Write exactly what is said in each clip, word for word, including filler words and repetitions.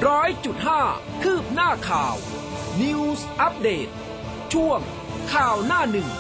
ร้อยจุดห้าคืบหน้าข่าว News Update ช่วงข่าวหน้าหนึ่ง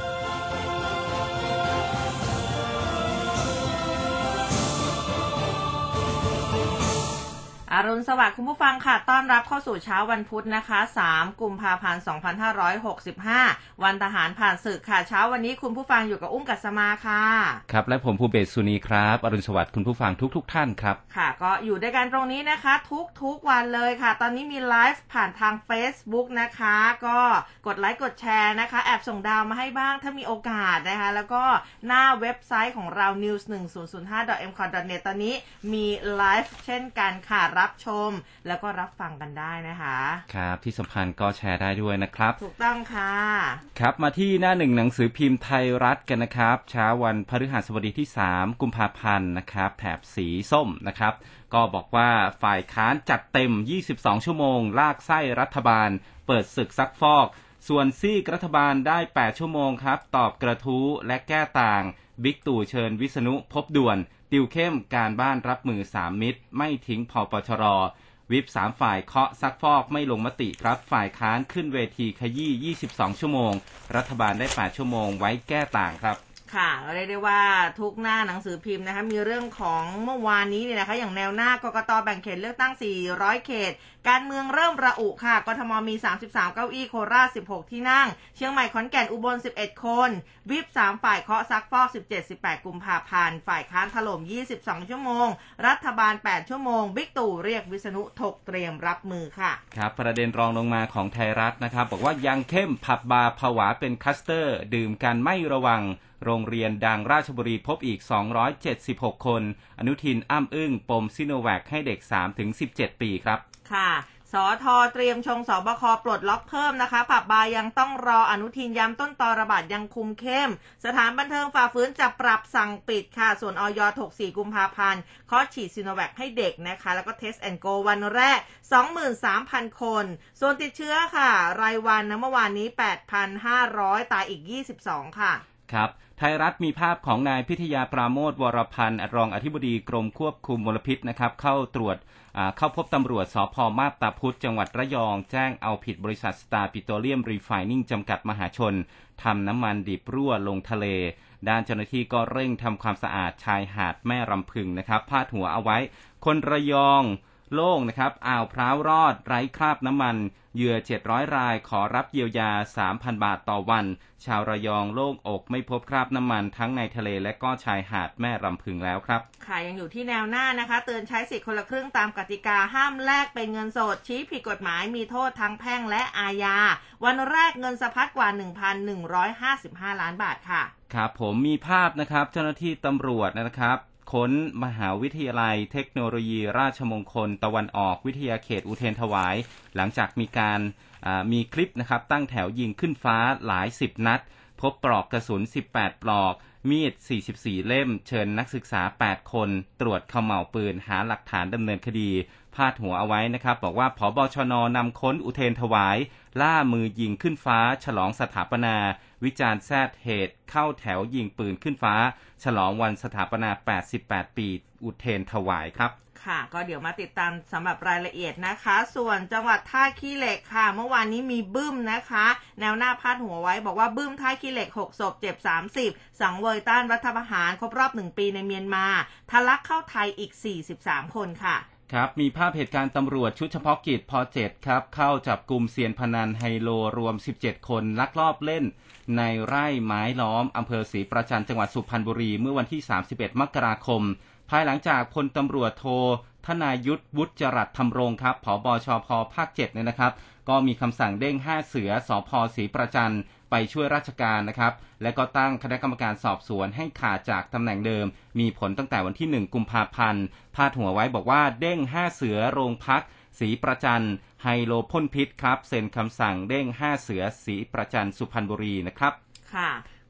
อรุณสวัสดิ์คุณผู้ฟังค่ะต้อนรับเข้าสู่เช้าวันพุธนะคะสามกุมภาพันธ์สองพันห้าร้อยหกสิบห้าวันทหารผ่านศึกค่ะเช้าวันนี้คุณผู้ฟังอยู่กับอุ้มกัสมาค่ะครับและผมภูเบศสุนีครับอรุณสวัสดิ์คุณผู้ฟังทุกๆ ทท่านครับค่ะก็อยู่ด้วยกันตรงนี้นะคะทุกๆวันเลยค่ะตอนนี้มีไลฟ์ผ่านทาง Facebook นะคะก็กดไลค์กดแชร์นะคะแอบส่งดาวมาให้บ้างถ้ามีโอกาสนะคะแล้วก็หน้าเว็บไซต์ของเรา นิวส์ หนึ่งศูนย์ศูนย์ห้า ดอท เอ็ม คอท ดอท เน็ต ตอนนี้มีไลฟ์เช่นกันค่ะรับชมแล้วก็รับฟังกันได้นะคะครับที่สำคัญก็แชร์ได้ด้วยนะครับถูกต้องค่ะครับมาที่หน้าหนึ่งหนังสือพิมพ์ไทยรัฐกันนะครับเช้าวันพฤหัสบดีที่สามกุมภาพันธ์นะครับแถบสีส้มนะครับก็บอกว่าฝ่ายค้านจัดเต็มยี่สิบสองชั่วโมงลากไส้รัฐบาลเปิดศึกซักฟอกส่วนซีกรัฐบาลได้แปดชั่วโมงครับตอบกระทู้และแก้ต่างบิ๊กตู่เชิญวิษณุพบด่วนติวเข้มการบ้านรับมือสามมิตรไม่ทิ้งผปชรวิปสามฝ่ายเคาะซักฟอกไม่ลงมติครับฝ่ายค้านขึ้นเวทีขยี้ยี่สิบสองชั่วโมงรัฐบาลได้แปดชั่วโมงไว้แก้ต่างครับค่ะเรียกได้ว่าทุกหน้าหนังสือพิมพ์นะคะมีเรื่องของเมื่อวานนี้เนี่ยนะคะอย่างแนวหน้ากกต.แบ่งเขตเลือกตั้งสี่ร้อยเขตการเมืองเริ่มระอุค่ะกทมมีสามสิบสามเก้าอี้โคราชสิบหกที่นั่งเชียงใหม่ขอนแก่นอุบลสิบเอ็ดคนวิปสามฝ่ายเคาะซักฟอกสิบเจ็ด สิบแปดกุมภาพันธ์ฝ่ายค้านถล่มยี่สิบสองชั่วโมงรัฐบาลแปดชั่วโมงบิ๊กตู่เรียกวิษณุถกเตรียมรับมือค่ะครับประเด็นรองลงมาของไทยรัฐนะครับบอกว่ายังเข้มผับบาร์ผวาเป็นคลัสเตอร์ดื่มกันไม่ระวังโรงเรียนดังราชบุรีพบอีกสองร้อยเจ็ดสิบหกคนอนุทินอ้ำอึ้งปมซิโนแวคให้เด็ก สามถึงสิบเจ็ด ปีครับค่ะสทเตรียมชงสบคปลดล็อกเพิ่มนะคะผับบาร์ยังต้องรออนุทินย้ำต้นตอระบาดยังคุมเข้มสถานบันเทิงฝ่าฝืนจะปรับสั่งปิดค่ะส่วนอย ถกสี่กุมภาพันธ์ขอฉีดซิโนแวคให้เด็กนะคะแล้วก็เทสแอนด์โกวันแรก สองหมื่นสามพัน คนส่วนติดเชื้อค่ะรายวันนะเมื่อวานนี้ แปดพันห้าร้อย ตายอีกยี่สิบสองค่ะครับไทยรัฐมีภาพของนายพิทยาปราโมทย์วรพันธ์รองอธิบดีกรมควบคุมมลพิษนะครับเข้าตรวจเข้าพบตำรวจสภ.มาบตาพุธจังหวัดระยองแจ้งเอาผิดบริษัทสตาร์ปิโตรเลียมรีไฟนิ่งจำกัดมหาชนทำน้ำมันดิบรั่วลงทะเลด้านเจ้าหน้าที่ก็เร่งทำความสะอาดชายหาดแม่รำพึงนะครับพาดหัวเอาไว้คนระยองโล่งนะครับอ่าวพร้าวรอดไร้คราบน้ำมันเหยื่อเจ็ดร้อยรายขอรับเยียวยา สามพัน บาทต่อวันชาวระยองโล่งอกไม่พบคราบน้ำมันทั้งในทะเลและก็ชายหาดแม่รำพึงแล้วครับค่ะยังอยู่ที่แนวหน้านะคะเตือนใช้สิทธิ์คนละครึ่งตามกติกาห้ามแลกเป็นเงินสดชี้ผิดกฎหมายมีโทษทั้งแพ่งและอาญาวันแรกเงินสะพัดกว่า หนึ่งพันหนึ่งร้อยห้าสิบห้า ล้านบาทค่ะครับผมมีภาพนะครับเจ้าหน้าที่ตำรวจนะครับค้นมหาวิทยาลัยเทคโนโลยีราชมงคลตะวันออกวิทยาเขตอุเทรนถวายหลังจากมีการมีคลิปนะครับตั้งแถวยิงขึ้นฟ้าหลายสิบนัดพบปลอกกระสุนสิบแปดปลอกมีดสี่สิบสี่เล่มเชิญนักศึกษาแปดคนตรวจเขม่าปืนหาหลักฐานดำเนินคดีพาดหัวเอาไว้นะครับบอกว่าผบชน.นำค้นอุเทรนถวายล่ามือยิงขึ้นฟ้าฉลองสถาปนาวิจารณ์แซดเหตุเข้าแถวยิงปืนขึ้นฟ้าฉลองวันสถาปนาแปดสิบแปดปีอุเทรนถวายครับค่ะก็เดี๋ยวมาติดตามสำหรับรายละเอียดนะคะส่วนจังหวัดท่าขี้เหล็กค่ะเมื่อวานนี้มีบึ้มนะคะแนวหน้าพาดหัวไว้บอกว่าบึ้มท่าขี้เหล็กหกศพเจ็บสามสิบสังเวยต้านรัฐประหารครบรอบหนึ่งปีในเมียนมาทะลักเข้าไทยอีกสี่สิบสามคนค่ะครับมีภาพเหตุการณ์ตำรวจชุดเฉพาะกิจพเจ็ดครับเข้าจับกุมเซียนพนันไฮโลรวมสิบเจ็ดคนลักลอบเล่นในไร่ไม้ล้อมอำเภอศรีประจันจังหวัดสุพรรณบุรีเมื่อวันที่สามสิบเอ็ดมกราคมภายหลังจากพลตำรวจโทธนายุทธวุฒิจรัสธรรมรงค์ครับผบชพภาคเจ็ดเนี่ยนะครับก็มีคำสั่งเด้งห้าเสือสภศรีประจันไปช่วยราชการนะครับและก็ตั้งคณะกรรมการสอบสวนให้ขาดจากตำแหน่งเดิมมีผลตั้งแต่วันที่หนึ่งกุมภาพันธ์พาดหัวไว้บอกว่าเด้งห้าเสือโรงพักศรีประจันไฮโลพ่นพิษครับเซ็นคำสั่งเด้งห้าเสือศรีประจันสุพรรณบุรีนะครับค่ะ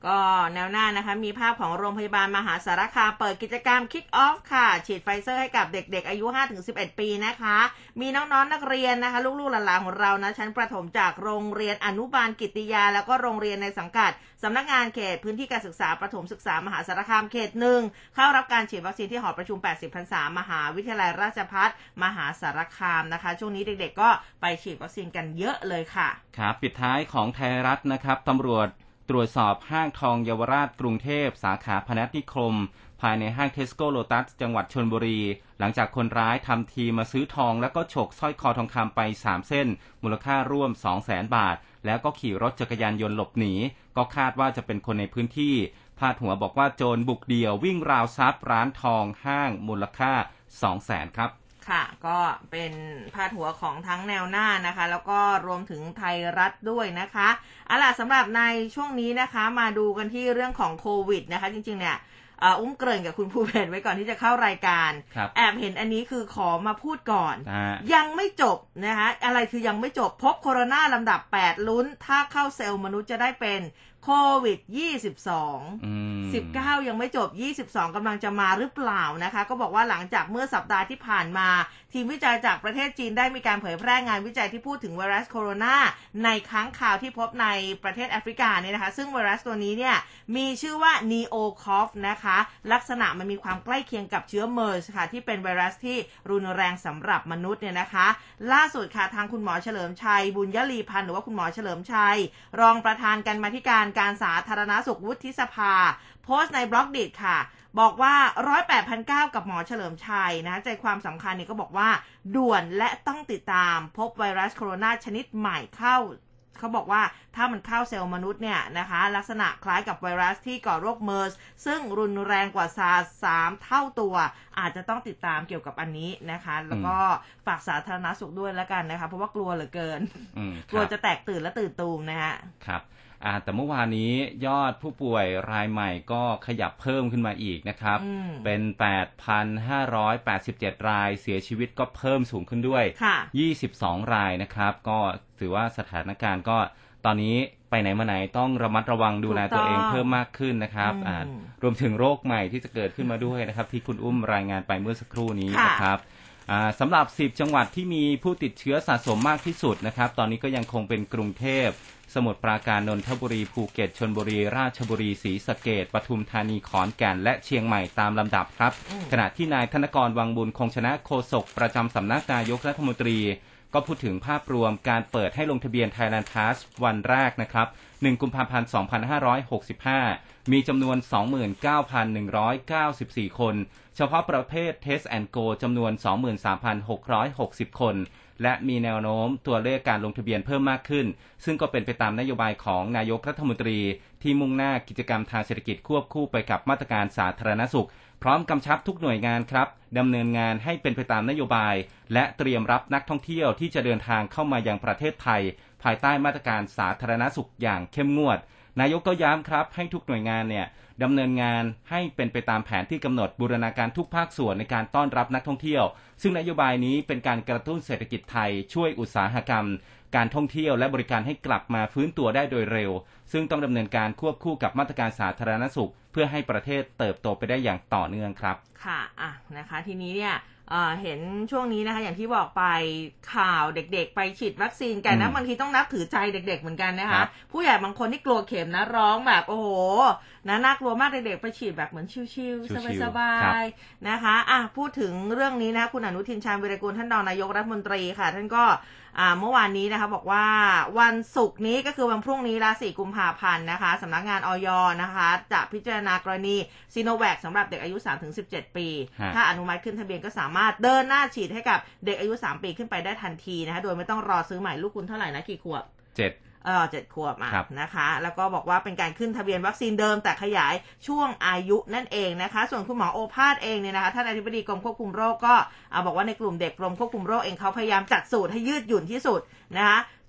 ก็แนวหน้านะคะมีภาพของโรงพยาบาลมหาสารคามเปิดกิจกรรม Kick Off ค่ะฉีดไฟเซอร์ให้กับเด็กๆอายุ ห้าถึงสิบเอ็ด ปีนะคะมีน้องๆ น, นักเรียนนะคะลูกๆหลานๆของเรานะชั้นประถมจากโรงเรียนอนุบาลกิตติยาแล้วก็โรงเรียนในสังกัดสำนักงานเขตพื้นที่การศึกษาประถมศึกษามหาสารคามเขตหนึ่งเข้ารับการฉีดวัคซีนที่หอประชุมแปดสิบพรรษามหาวิทยาลัยราชภัฏมหาสารคามนะคะช่วงนี้เด็กๆก็ไปฉีดวัคซีนกันเยอะเลยค่ะครับปิดท้ายของไทยรัฐนะครับตำรวจตรวจสอบห้างทองเยาวราชกรุงเทพสาขาพนัสนิคมภายในห้างเทสโก้โลตัสจังหวัดชลบุรีหลังจากคนร้ายทำทีมาซื้อทองแล้วก็ฉกสร้อยคอทองคำไปสามเส้นมูลค่าร่วม สองแสน บาทแล้วก็ขี่รถจักรยานยนต์หลบหนีก็คาดว่าจะเป็นคนในพื้นที่พาดหัวบอกว่าโจรบุกเดี่ยววิ่งราวทรัพย์ร้านทองห้างมูลค่า สองแสน ครับค่ะก็เป็นพาดหัวของทั้งแนวหน้านะคะแล้วก็รวมถึงไทยรัฐด้วยนะคะเอาล่ะสำหรับในช่วงนี้นะคะมาดูกันที่เรื่องของโควิดนะคะจริงๆเนี่ยอุ้มเกริ่นกับคุณภูเพชรไว้ก่อนที่จะเข้ารายการแอบเห็นอันนี้คือขอมาพูดก่อนยังไม่จบนะคะอะไรคือยังไม่จบพบโคโรนาลำดับแปดลุ้นถ้าเข้าเซลล์มนุษย์จะได้เป็นโควิดยี่สิบสอง สิบเก้ายังไม่จบยี่สิบสองกำลังจะมาหรือเปล่านะคะก็บอกว่าหลังจากเมื่อสัปดาห์ที่ผ่านมาทีมวิจัยจากประเทศจีนได้มีการเผยแพร่งานวิจัยที่พูดถึงไวรัสโคโรนาในค้างคาวที่พบในประเทศแอฟริกาเนี่ยนะคะซึ่งไวรัสตัวนี้เนี่ยมีชื่อว่า นีโอ คอฟ นะคะลักษณะมันมีความใกล้เคียงกับเชื้อเมอร์สค่ะที่เป็นไวรัสที่รุนแรงสำหรับมนุษย์เนี่ยนะคะล่าสุดค่ะทางคุณหมอเฉลิมชัยบุญยลีพันธ์หรือว่าคุณหมอเฉลิมชัยรองประธานกรรมาธิการการสาธารณสุขวุฒิสภาโพสต์ในบล็อกดิค่ะบอกว่าหนึ่งร้อยแปดพันเก้ากับหมอเฉลิมชัยนะใจความสำคัญนี่ก็บอกว่าด่วนและต้องติดตามพบไวรัสโคโรนาชนิดใหม่เข้าเขาบอกว่าถ้ามันเข้าเซลล์มนุษย์เนี่ยนะคะลักษณะคล้ายกับไวรัสที่ก่อโรคเมอร์สซึ่งรุนแรงกว่าซาร์สสามเท่าตัวอาจจะต้องติดตามเกี่ยวกับอันนี้นะคะแล้วก็ฝากสาธารณสุขด้วยแล้วกันนะคะเพราะว่ากลัวเหลือเกินกลัวจะแตกตื่นและตื่นตูมนะฮะครับแต่เมื่อวานนี้ยอดผู้ป่วยรายใหม่ก็ขยับเพิ่มขึ้นมาอีกนะครับเป็น แปดพันห้าร้อยแปดสิบเจ็ด รายเสียชีวิตก็เพิ่มสูงขึ้นด้วยยี่สิบสองรายนะครับก็ถือว่าสถานการณ์ก็ตอนนี้ไปไหนมาไหนต้องระมัดระวังดูแลตัวเองเพิ่มมากขึ้นนะครับรวมถึงโรคใหม่ที่จะเกิดขึ้นมาด้วยนะครับที่คุณอุ้มรายงานไปเมื่อสักครู่นี้นะครับสำหรับสิบจังหวัดที่มีผู้ติดเชื้อสะสมมากที่สุดนะครับตอนนี้ก็ยังคงเป็นกรุงเทพสมุทรปราการนนทบุรีภูเก็ตชลบุรีราชบุรีศรีสะเกษปทุมธานีขอนแก่นและเชียงใหม่ตามลำดับครับขณะที่นายธนกรวังบุญคงชนะโฆษกประจำสำนักนายกรัฐมนตรีก็พูดถึงภาพรวมการเปิดให้ลงทะเบียน Thailand Pass วันแรกนะครับหนึ่งกุมภาพันธ์สองพันห้าร้อยหกสิบห้ามีจำนวน สองหมื่นเก้าพันหนึ่งร้อยเก้าสิบสี่ คนเฉพาะประเภท Test and Go จำนวน สองหมื่นสามพันหกร้อยหกสิบ คนและมีแนวโน้มตัวเลขการลงทะเบียนเพิ่มมากขึ้นซึ่งก็เป็นไปตามนโยบายของนายกรัฐมนตรีที่มุ่งหน้ากิจกรรมทางเศรษฐกิจควบคู่ไปกับมาตรการสาธารณสุขพร้อมกำชับทุกหน่วยงานครับดำเนินงานให้เป็นไปตามนโยบายและเตรียมรับนักท่องเที่ยวที่จะเดินทางเข้ามายังประเทศไทยภายใต้มาตรการสาธารณสุขอย่างเข้มงวดนายกก็ย้ำครับให้ทุกหน่วยงานเนี่ยดำเนินงานให้เป็นไปตามแผนที่กำหนดบูรณาการทุกภาคส่วนในการต้อนรับนักท่องเที่ยวซึ่งนโยบายนี้เป็นการกระตุ้นเศรษฐกิจไทยช่วยอุตสาหกรรมการท่องเที่ยวและบริการให้กลับมาฟื้นตัวได้โดยเร็วซึ่งต้องดำเนินการควบคู่กับมาตรการสาธารณสุขเพื่อให้ประเทศเติบโตไปได้อย่างต่อเนื่องครับค่ะอ่ะนะคะทีนี้เนี่ยเห็นช่วงนี้นะคะอย่างที่บอกไปข่าวเด็กๆไปฉีดวัคซีนกันนะบางทีต้องนับถือใจเด็กๆเหมือนกันนะคะผู้ใหญ่บางคนที่กลัวเข็มนะร้องแบบโอ้โหนะน่ากลัวมากเด็กๆไปฉีดแบบเหมือนชิวๆสบายๆนะคะอ่ะพูดถึงเรื่องนี้นะคุณอนุทินชาญวีรกูลท่านรองนายกรัฐมนตรีค่ะท่านก็เมื่อวานนี้นะคะบอกว่าวันศุกร์นี้ก็คือวันพรุ่งนี้ละสี่กุมภาพันธ์นะคะสำนักงานอย.นะคะจะพิจารณากรณีซีโนแวคสำหรับเด็กอายุ สามถึงสิบเจ็ด ปีถ้าอนุมัติขึ้นทะเบียนก็สามารถเดินหน้าฉีดให้กับเด็กอายุสามปีขึ้นไปได้ทันทีนะคะโดยไม่ต้องรอซื้อใหม่ลูกคุณเท่าไหร่นะกี่ขวบเจ็ดเออเจ็ดขวบอ่ะนะคะแล้วก็บอกว่าเป็นการขึ้นทะเบียนวัคซีนเดิมแต่ขยายช่วงอายุนั่นเองนะคะส่วนคุณหมอโอภาสเองเนี่ยนะคะท่านอธิบดีกรมควบคุมโรคก็เอาบอกว่าในกลุ่มเด็กกรมควบคุมโรคเองเขาพยายามจัดสูตรให้ยืดหยุ่นที่สุดนะคะ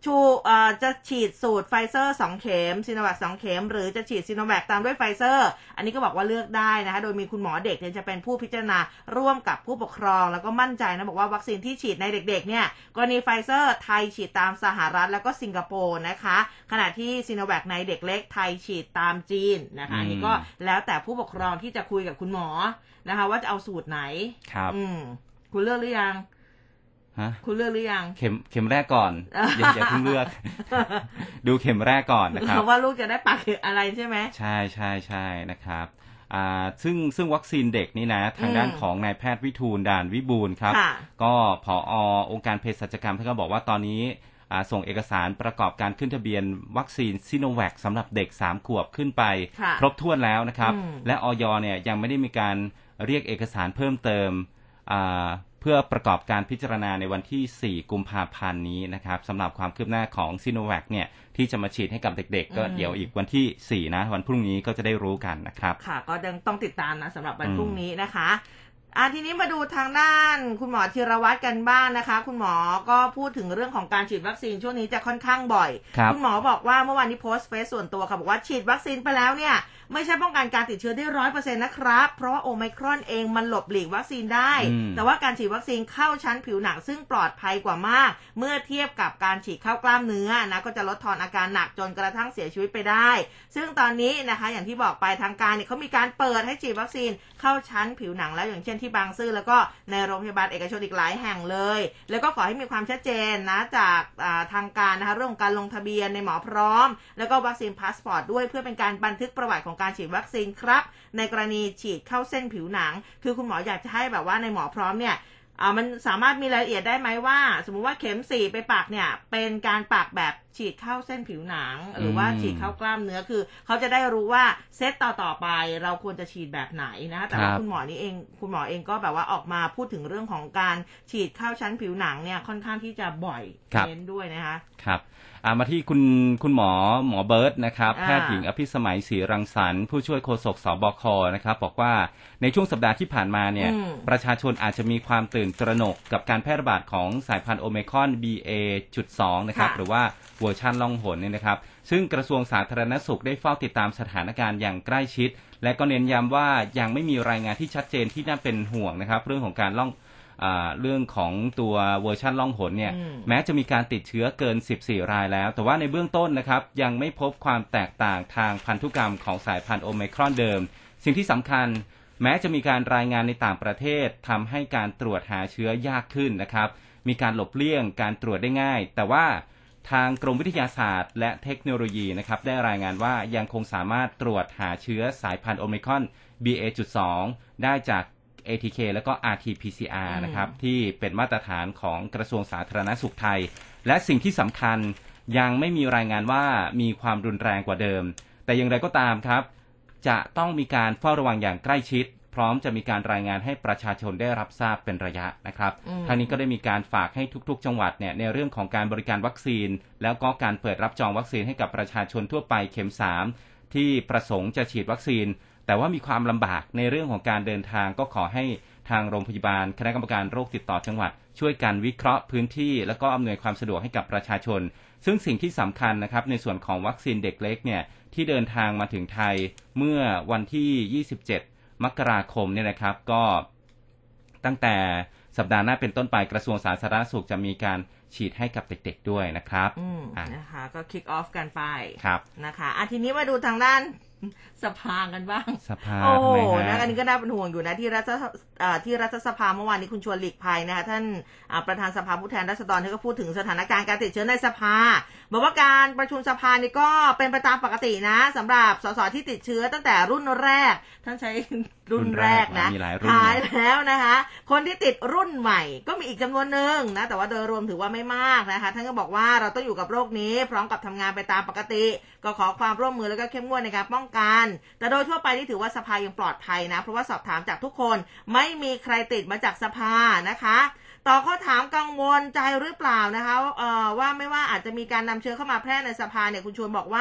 ชูจะฉีดสูตรไฟเซอร์สองเข็มซิโนแวคสองเข็มหรือจะฉีดซิโนแวคตามด้วยไฟเซอร์อันนี้ก็บอกว่าเลือกได้นะคะโดยมีคุณหมอเด็กเนี่ยจะเป็นผู้พิจารณาร่วมกับผู้ปกครองแล้วก็มั่นใจนะบอกว่าวัคซีนที่ฉีดในเด็กๆเนี่ยกรณีไฟเซอร์ไทยฉีดตามสหรัฐแล้วก็สิงคโปร์นะคะขณะที่ซิโนแวคในเด็กเล็กไทยฉีดตามจีนนะคะอันนี้ก็แล้วแต่ผู้ปกครองที่จะคุยกับคุณหมอนะคะว่าจะเอาสูตรไหนครับอืมคุณเลือกหรือยังฮะคุณเลือกหรือยังเข็มเข็มแรกก่อนอย่าอย่าเพิ่งเลือก ดูเข็มแรกก่อนนะครับว่าลูกจะได้ปักอะไรใช่ไหมใช่ใช่ใช่นะครับอ่าซึ่งซึ่งวัคซีนเด็กนี่นะทางด้านของนายแพทย์วิทูลด่านวิบูลย์ครับก็ผอ.องค์การเภสัชกรรมท่านก็บอกว่าตอนนี้ส่งเอกสารประกอบการขึ้นทะเบียนวัคซีนซิโนแวคสำหรับเด็กสามขวบขึ้นไปครบถ้วนแล้วนะครับและอย.เนี่ยยังไม่ได้มีการเรียกเอกสารเพิ่มเติมเพื่อประกอบการพิจารณาในวันที่สี่กุมภาพันธ์นี้นะครับสำหรับความคืบหน้าของซิโนแวคเนี่ยที่จะมาฉีดให้กับเด็กๆก็เดี๋ยวอีกวันที่สี่นะวันพรุ่งนี้ก็จะได้รู้กันนะครับค่ะก็ยังต้องติดตามนะสำหรับวันพรุ่งนี้นะคะอ่ะทีนี้มาดูทางด้านคุณหมอธีรวัตรกันบ้าง นะคะคุณหมอก็พูดถึงเรื่องของการฉีดวัคซีนช่วงนี้จะค่อนข้างบ่อย คุณหมอบอกว่าเมื่อวานนี้โพสต์เฟซส่วนตัวค่ะบอกว่าฉีดวัคซีนไปแล้วเนี่ยไม่ใช่ป้องกันการติดเชื้อได้ ร้อยเปอร์เซ็นต์ นะครับเพราะว่าโอไมครอนเองมันหลบหลีกวัคซีนได้แต่ว่าการฉีดวัคซีนเข้าชั้นผิวหนังซึ่งปลอดภัยกว่ามากเมื่อเทียบกับการฉีดเข้ากล้ามเนื้อนะก็จะลดทอนอาการหนักจนกระทั่งเสียชีวิตไปได้ซึ่งตอนนี้นะคะอย่างที่บอกไปทางการเนี่ยเขามีการเปิดให้ฉีดวัคซีนเข้าชั้นผิวหนังแล้วอย่างเช่นที่บางซื่อแล้วก็ในโรงพยาบาลเอกชนอีกหลายแห่งเลยแล้วก็ขอให้มีความชัดเจนนะจากทางการนะคะเรื่องของการลงทะเบียนในหมอพร้อมแล้วก็วัคซีนพาสปอร์ตด้วยเพื่อเป็นการบันทึกประวัติของการฉีดวัคซีนครับในกรณีฉีดเข้าเส้นผิวหนังคือคุณหมออยากจะให้แบบว่าในหมอพร้อมเนี่ยอ่ามันสามารถมีรายละเอียดได้ไหมว่าสมมุติว่าเข็มสี่ไปปักเนี่ยเป็นการปักแบบฉีดเข้าเส้นผิวหนังหรือว่าฉีดเข้ากล้ามเนื้อคือเขาจะได้รู้ว่าเซตต่อต่อไปเราควรจะฉีดแบบไหนนะแต่ว่าคุณหมอนี่เองคุณหมอเองก็แบบว่าออกมาพูดถึงเรื่องของการฉีดเข้าชั้นผิวหนังเนี่ยค่อนข้างที่จะบ่อยเน้นด้วยนะคะครับมาที่คุณคุณหมอหมอเบิร์ตนะครับแพทย์หญิงอภิสมัยศรีรังสรรค์ผู้ช่วยโฆษกสบคนะครับบอกว่าในช่วงสัปดาห์ที่ผ่านมาเนี่ยประชาชนอาจจะมีความตื่นตระหนกกับการแพร่ระบาดของสายพันธุ์โอไมครอน บี เอ จุด สอง นะครับหรือว่าเวอร์ชันล่องหนเนี่ยนะครับซึ่งกระทรวงสาธารณสุขได้เฝ้าติดตามสถานการณ์อย่างใกล้ชิดและก็เน้นย้ำว่ายังไม่มีรายงานที่ชัดเจนที่น่าเป็นห่วงนะครับเรื่องของการล่องเรื่องของตัวเวอร์ชันล่องหนเนี่ยแม้จะมีการติดเชื้อเกินสิบสี่รายแล้วแต่ว่าในเบื้องต้นนะครับยังไม่พบความแตกต่างทางพันธุกรรมของสายพันธุ์โอไมครอนเดิมสิ่งที่สำคัญแม้จะมีการรายงานในต่างประเทศทำให้การตรวจหาเชื้อยากขึ้นนะครับมีการหลบเลี่ยงการตรวจได้ง่ายแต่ว่าทางกรมวิทยาศาสตร์และเทคโนโลยีนะครับได้รายงานว่ายังคงสามารถตรวจหาเชื้อสายพันธุ์โอไมครอน บี เอ จุด สอง ได้จากเอ ที เค แล้วก็ อาร์ ที พี ซี อาร์ นะครับที่เป็นมาตรฐานของกระทรวงสาธารณสุขไทยและสิ่งที่สำคัญยังไม่มีรายงานว่ามีความรุนแรงกว่าเดิมแต่อย่างไรก็ตามครับจะต้องมีการเฝ้าระวังอย่างใกล้ชิดพร้อมจะมีการรายงานให้ประชาชนได้รับทราบเป็นระยะนะครับทางนี้ก็ได้มีการฝากให้ทุกๆจังหวัดเนี่ยในเรื่องของการบริการวัคซีนแล้วก็การเปิดรับจองวัคซีนให้กับประชาชนทั่วไปเข็มสามที่ประสงค์จะฉีดวัคซีนแต่ว่ามีความลำบากในเรื่องของการเดินทางก็ขอให้ทางโรงพยาบาลคณะกรรมการโรคติดต่อจังหวัดช่วยกันวิเคราะห์พื้นที่แล้วก็อำนวยความสะดวกให้กับประชาชนซึ่งสิ่งที่สำคัญนะครับในส่วนของวัคซีนเด็กเล็กเนี่ยที่เดินทางมาถึงไทยเมื่อวันที่ยี่สิบเจ็ดมกราคมเนี่ยนะครับก็ตั้งแต่สัปดาห์หน้าเป็นต้นไปกระทรวงสาธารณสุขจะมีการฉีดให้กับเด็กๆด้วยนะครับนะคะก็คิกออฟกันไปครับนะคะอ่ะทีนี้มาดูทางด้านสภากันบ้างสภาโอ้โหนะอันนี้ก็น่าเป็นห่วงอยู่นะที่รัฐที่รัฐสภาเมื่อวานนี้คุณชวนหลีกภัยนะคะท่านประธานสภาผู้แทนราษฎรท่านก็พูดถึงสถานการณ์การติดเชื้อในสภาบอกว่าการประชุมสภานี่ก็เป็นไปตามปกตินะสำหรับสสที่ติดเชื้อตั้งแต่รุ่นแรกท่านใช้รุ่นแรกนะหายแล้วนะคะคนที่ติดรุ่นใหม่ก็มีอีกจำนวนหนึ่งนะแต่ว่าโดยรวมถือว่าไม่มากนะคะท่านก็บอกว่าเราต้องอยู่กับโรคนี้พร้อมกับทำงานไปตามปกติก็ขอความร่วมมือแล้วก็เข้มงวดในการป้องกันแต่โดยทั่วไปนี่ถือว่าสภายังปลอดภัยนะเพราะว่าสอบถามจากทุกคนไม่มีใครติดมาจากสภานะคะต่อข้อถามกังวลใจหรือเปล่านะคะเอ่อว่าไม่ว่าอาจจะมีการนำเชื้อเข้ามาแพร่ในสภาเนี่ยคุณชวนบอกว่า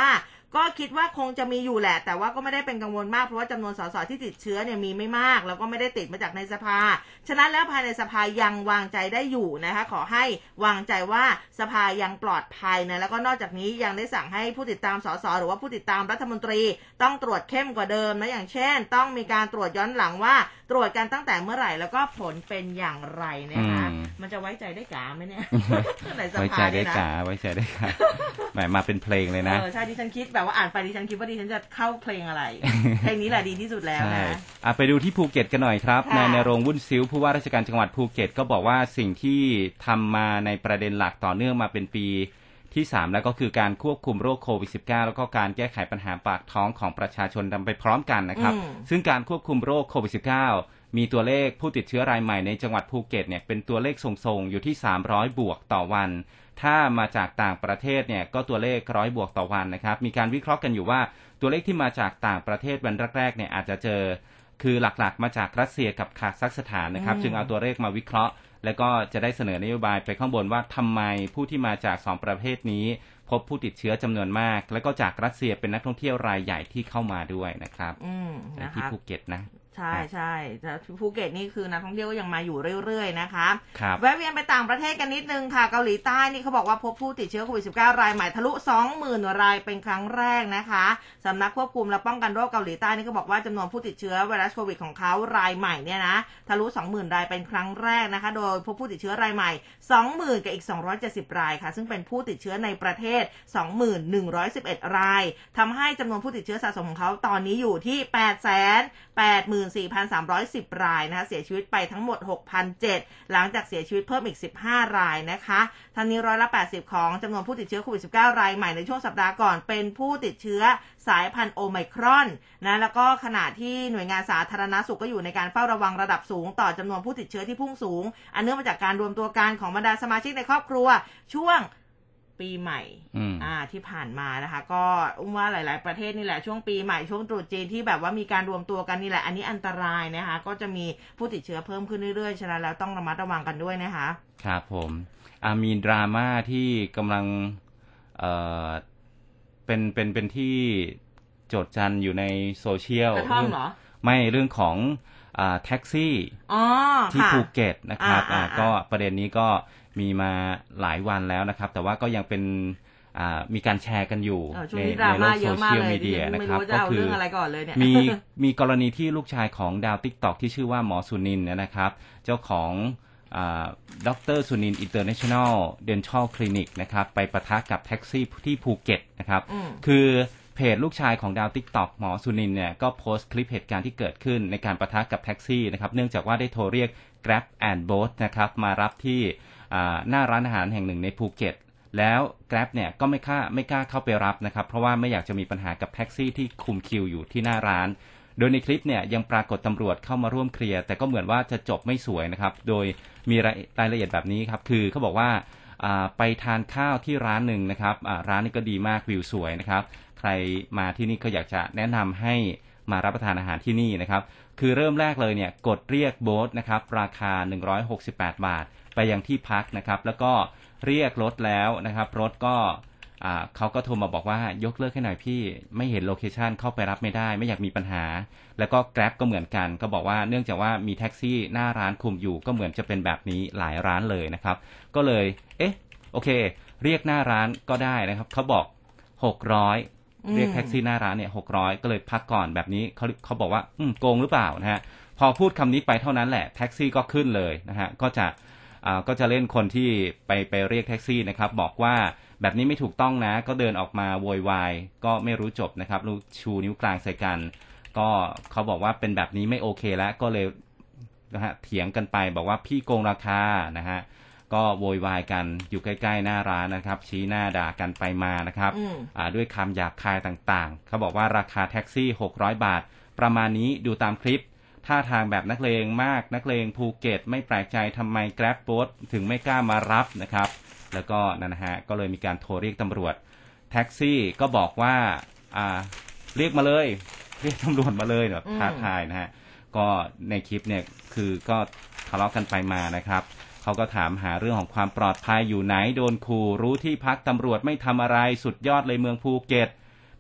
ก็คิดว่าคงจะมีอยู่แหละแต่ว่าก็ไม่ได้เป็นกังวลมากเพราะว่าจำนวนสสที่ติดเชื้อเนี่ยมีไม่มากแล้วก็ไม่ได้ติดมาจากในสภาฉะนั้นแล้วภายในสภายังวางใจได้อยู่นะคะขอให้วางใจว่าสภายังปลอดภัยนะแล้วก็นอกจากนี้ยังได้สั่งให้ผู้ติดตามสสหรือว่าผู้ติดตามรัฐมนตรีต้องตรวจเข้มกว่าเดิมนะอย่างเช่นต้องมีการตรวจย้อนหลังว่าตรวจกันตั้งแต่เมื่อไหร่แล้วก็ผลเป็นอย่างไรนะคะมันจะไว้ใจได้กาไหมเนี่ยไว้ใจได้กาไว้ใจได้กาแหมมาเป็นเพลงเลยนะเออใช่ดิฉันคิดแบบว่าอ่านไปดิฉันคิดว่าดิฉันจะเข้าเพลงอะไรเพลงนี้แหละดีที่สุดแล้วนะอ่ะไปดูที่ภูเก็ตกันหน่อยครับนายณรงค์ วุ่นซิ้วผู้ว่าราชการจังหวัดภูเก็ตก็บอกว่าสิ่งที่ทำมาในประเด็นหลักต่อเนื่องมาเป็นปีที่สามแล้วก็คือการควบคุมโรคโควิด สิบเก้า แล้วก็การแก้ไขปัญหาปากท้องของประชาชนทำไปพร้อมกันนะครับซึ่งการควบคุมโรคโควิด สิบเก้า มีตัวเลขผู้ติดเชื้อรายใหม่ในจังหวัดภูเก็ตเนี่ยเป็นตัวเลขทรงๆอยู่ที่สามร้อยบวกต่อวันถ้ามาจากต่างประเทศเนี่ยก็ตัวเลขร้อยบวกต่อวันนะครับมีการวิเคราะห์กันอยู่ว่าตัวเลขที่มาจากต่างประเทศวันแรกๆเนี่ยอาจจะเจอคือหลักๆมาจากรัสเซียกับคาซัคสถานนะครับจึงเอาตัวเลขมาวิเคราะห์แล้วก็จะได้เสนอนโยบายไปข้างบนว่าทำไมผู้ที่มาจากสองประเภทนี้พบผู้ติดเชื้อจำนวนมากแล้วก็จากรัสเซียเป็นนักท่องเที่ยวรายใหญ่ที่เข้ามาด้วยนะครับที่ภูเก็ตนะใช่ใช่แต่ภูเก็ตนี่คือนักท่องเที่ยวก็ยังมาอยู่เรื่อยๆนะคะแวะเวียนไปต่างประเทศกันนิดนึงค่ะเกาหลีใต้นี่เขาบอกว่าพบผู้ติดเชื้อโควิด สิบเก้า รายใหม่ทะลุ สองหมื่น รายเป็นครั้งแรกนะคะสำนักควบคุมและป้องกันโรคเกาหลีใต้นี่เขาบอกว่าจำนวนผู้ติดเชื้อไวรัสโควิดของเขารายใหม่เนี่ยนะทะลุ สองหมื่น รายเป็นครั้งแรกนะคะโดยพบผู้ติดเชื้อรายใหม่ สองหมื่น กับอีกสองร้อยเจ็ดสิบรายค่ะซึ่งเป็นผู้ติดเชื้อในประเทศ สองหมื่นหนึ่งร้อยสิบเอ็ด รายทำให้จำนวนผู้ติดเชื้อสะสมของเขาตอนนี้อยู่ที่ แปดแสนแปดหมื่นสี่พันสามร้อยสิบ รายนะคะเสียชีวิตไปทั้งหมด หกพันเจ็ด หลังจากเสียชีวิตเพิ่มอีกสิบห้ารายนะคะทั้งนี้ร้อยละแปดสิบของจำนวนผู้ติดเชื้อโควิด สิบเก้า รายใหม่ในช่วงสัปดาห์ก่อนเป็นผู้ติดเชื้อสายพันธุ์โอไมครอนนะแล้วก็ขณะที่หน่วยงานสาธารณสุขก็อยู่ในการเฝ้าระวังระดับสูงต่อจำนวนผู้ติดเชื้อที่พุ่งสูงอันเนื่องมาจากการรวมตัวกันของบรรดาสมาชิกในครอบครัวช่วงปีใหม่อ่าที่ผ่านมานะคะก็อุ้มว่าหลายๆประเทศนี่แหละช่วงปีใหม่ช่วงตรุษจีนที่แบบว่ามีการรวมตัวกันนี่แหละอันนี้อันตรายนะคะก็จะมีผู้ติดเชื้อเพิ่มขึ้นเรื่อยๆฉะนั้นแล้วต้องระมัดระวังกันด้วยนะคะครับผมอ่ามีดราม่าที่กำลังเอ่อเป็นเป็นเป็นที่โจทย์จันอยู่ในโซเชียลกระท่อมเหรอไม่เรื่องของอ่าแท็กซี่ที่ภูเก็ตนะครับอ่าก็ประเด็นนี้ก็มีมาหลายวันแล้วนะครับแต่ว่าก็ยังเป็นมีการแชร์กันอยู่ในในโลกโซเชียลมีเดียนะครับก็คือมีมีกรณีที่ลูกชายของดาว TikTok ที่ชื่อว่าหมอสุนินท์นะครับเจ้าของดร.สุนินท์อินเตอร์เนชั่นแนลเดนทัลคลินิกนะครับไปปะทะกับแท็กซี่ที่ภูเก็ตนะครับคือเพจลูกชายของดาว TikTok หมอสุนินท์เนี่ยก็โพสต์คลิปเหตุการณ์ที่เกิดขึ้นในการปะทะกับแท็กซี่นะครับเนื่องจากว่าได้โทรเรียก Grab and Bolt นะครับมารับที่หน้าร้านอาหารแห่งหนึ่งในภูเก็ตแล้ว Grab เนี่ยก็ไม่กล้าไม่กล้าเข้าไปรับนะครับเพราะว่าไม่อยากจะมีปัญหากับแท็กซี่ที่คุมคิวอยู่ที่หน้าร้านโดยในคลิปเนี่ยยังปรากฏตำรวจเข้ามาร่วมเคลียร์แต่ก็เหมือนว่าจะจบไม่สวยนะครับโดยมีรายละเอียดแบบนี้ครับคือเขาบอกว่าไปทานข้าวที่ร้านหนึ่งนะครับร้านนี้ก็ดีมากวิวสวยนะครับใครมาที่นี่ก็อยากจะแนะนำให้มารับประทานอาหารที่นี่นะครับคือเริ่มแรกเลยเนี่ยกดเรียกโบ๊ทนะครับราคาหนึ่งร้อยหกสิบแปดบาทไปยังที่พักนะครับแล้วก็เรียกรถแล้วนะครับรถก็เขาก็โทรมาบอกว่ายกเลิกให้หน่อยพี่ไม่เห็นโลเคชันเข้าไปรับไม่ได้ไม่อยากมีปัญหาแล้วก็ Grab ก็เหมือนกันก็บอกว่าเนื่องจากว่ามีแท็กซี่หน้าร้านคุมอยู่ก็เหมือนจะเป็นแบบนี้หลายร้านเลยนะครับก็เลยเอ๊ะโอเคเรียกหน้าร้านก็ได้นะครับเขาบอกหกร้อยเรียกแท็กซี่หน้าร้านเนี่ยหกร้อยก็เลยพักก่อนแบบนี้เขาเขาบอกว่าอืมโกงหรือเปล่านะฮะพอพูดคำนี้ไปเท่านั้นแหละแท็กซี่ก็ขึ้นเลยนะฮะก็จะอ่าก็จะเล่นคนที่ไปไปเรียกแท็กซี่นะครับบอกว่าแบบนี้ไม่ถูกต้องนะก็เดินออกมาโวยวายก็ไม่รู้จบนะครับชูนิ้วกลางใส่กันก็เขาบอกว่าเป็นแบบนี้ไม่โอเคแล้วก็เลยนะฮะเถียงกันไปบอกว่าพี่โกงราคานะฮะก็โวยวายกันอยู่ใกล้ๆหน้าร้านนะครับชี้หน้าด่ากันไปมานะครับอ่าด้วยคำหยาบคายต่างๆเขาบอกว่าราคาแท็กซี่หกร้อยบาทประมาณนี้ดูตามคลิปท่าทางแบบนักเลงมากนักเลงภูเก็ตไม่แปลกใจทำไม Grab Boat ถึงไม่กล้ามารับนะครับแล้วก็นั่นนะฮะก็เลยมีการโทรเรียกตำรวจแท็กซี่ก็บอกว่าอ่าเรียกมาเลยเรียกตำรวจมาเลยแบบท้าทายนะฮะก็ในคลิปเนี่ยคือก็ทะเลาะกันไปมานะครับเขาก็ถามหาเรื่องของความปลอดภัยอยู่ไหนโดนขู่รู้ที่พักตำรวจไม่ทำอะไรสุดยอดเลยเมืองภูเก็ต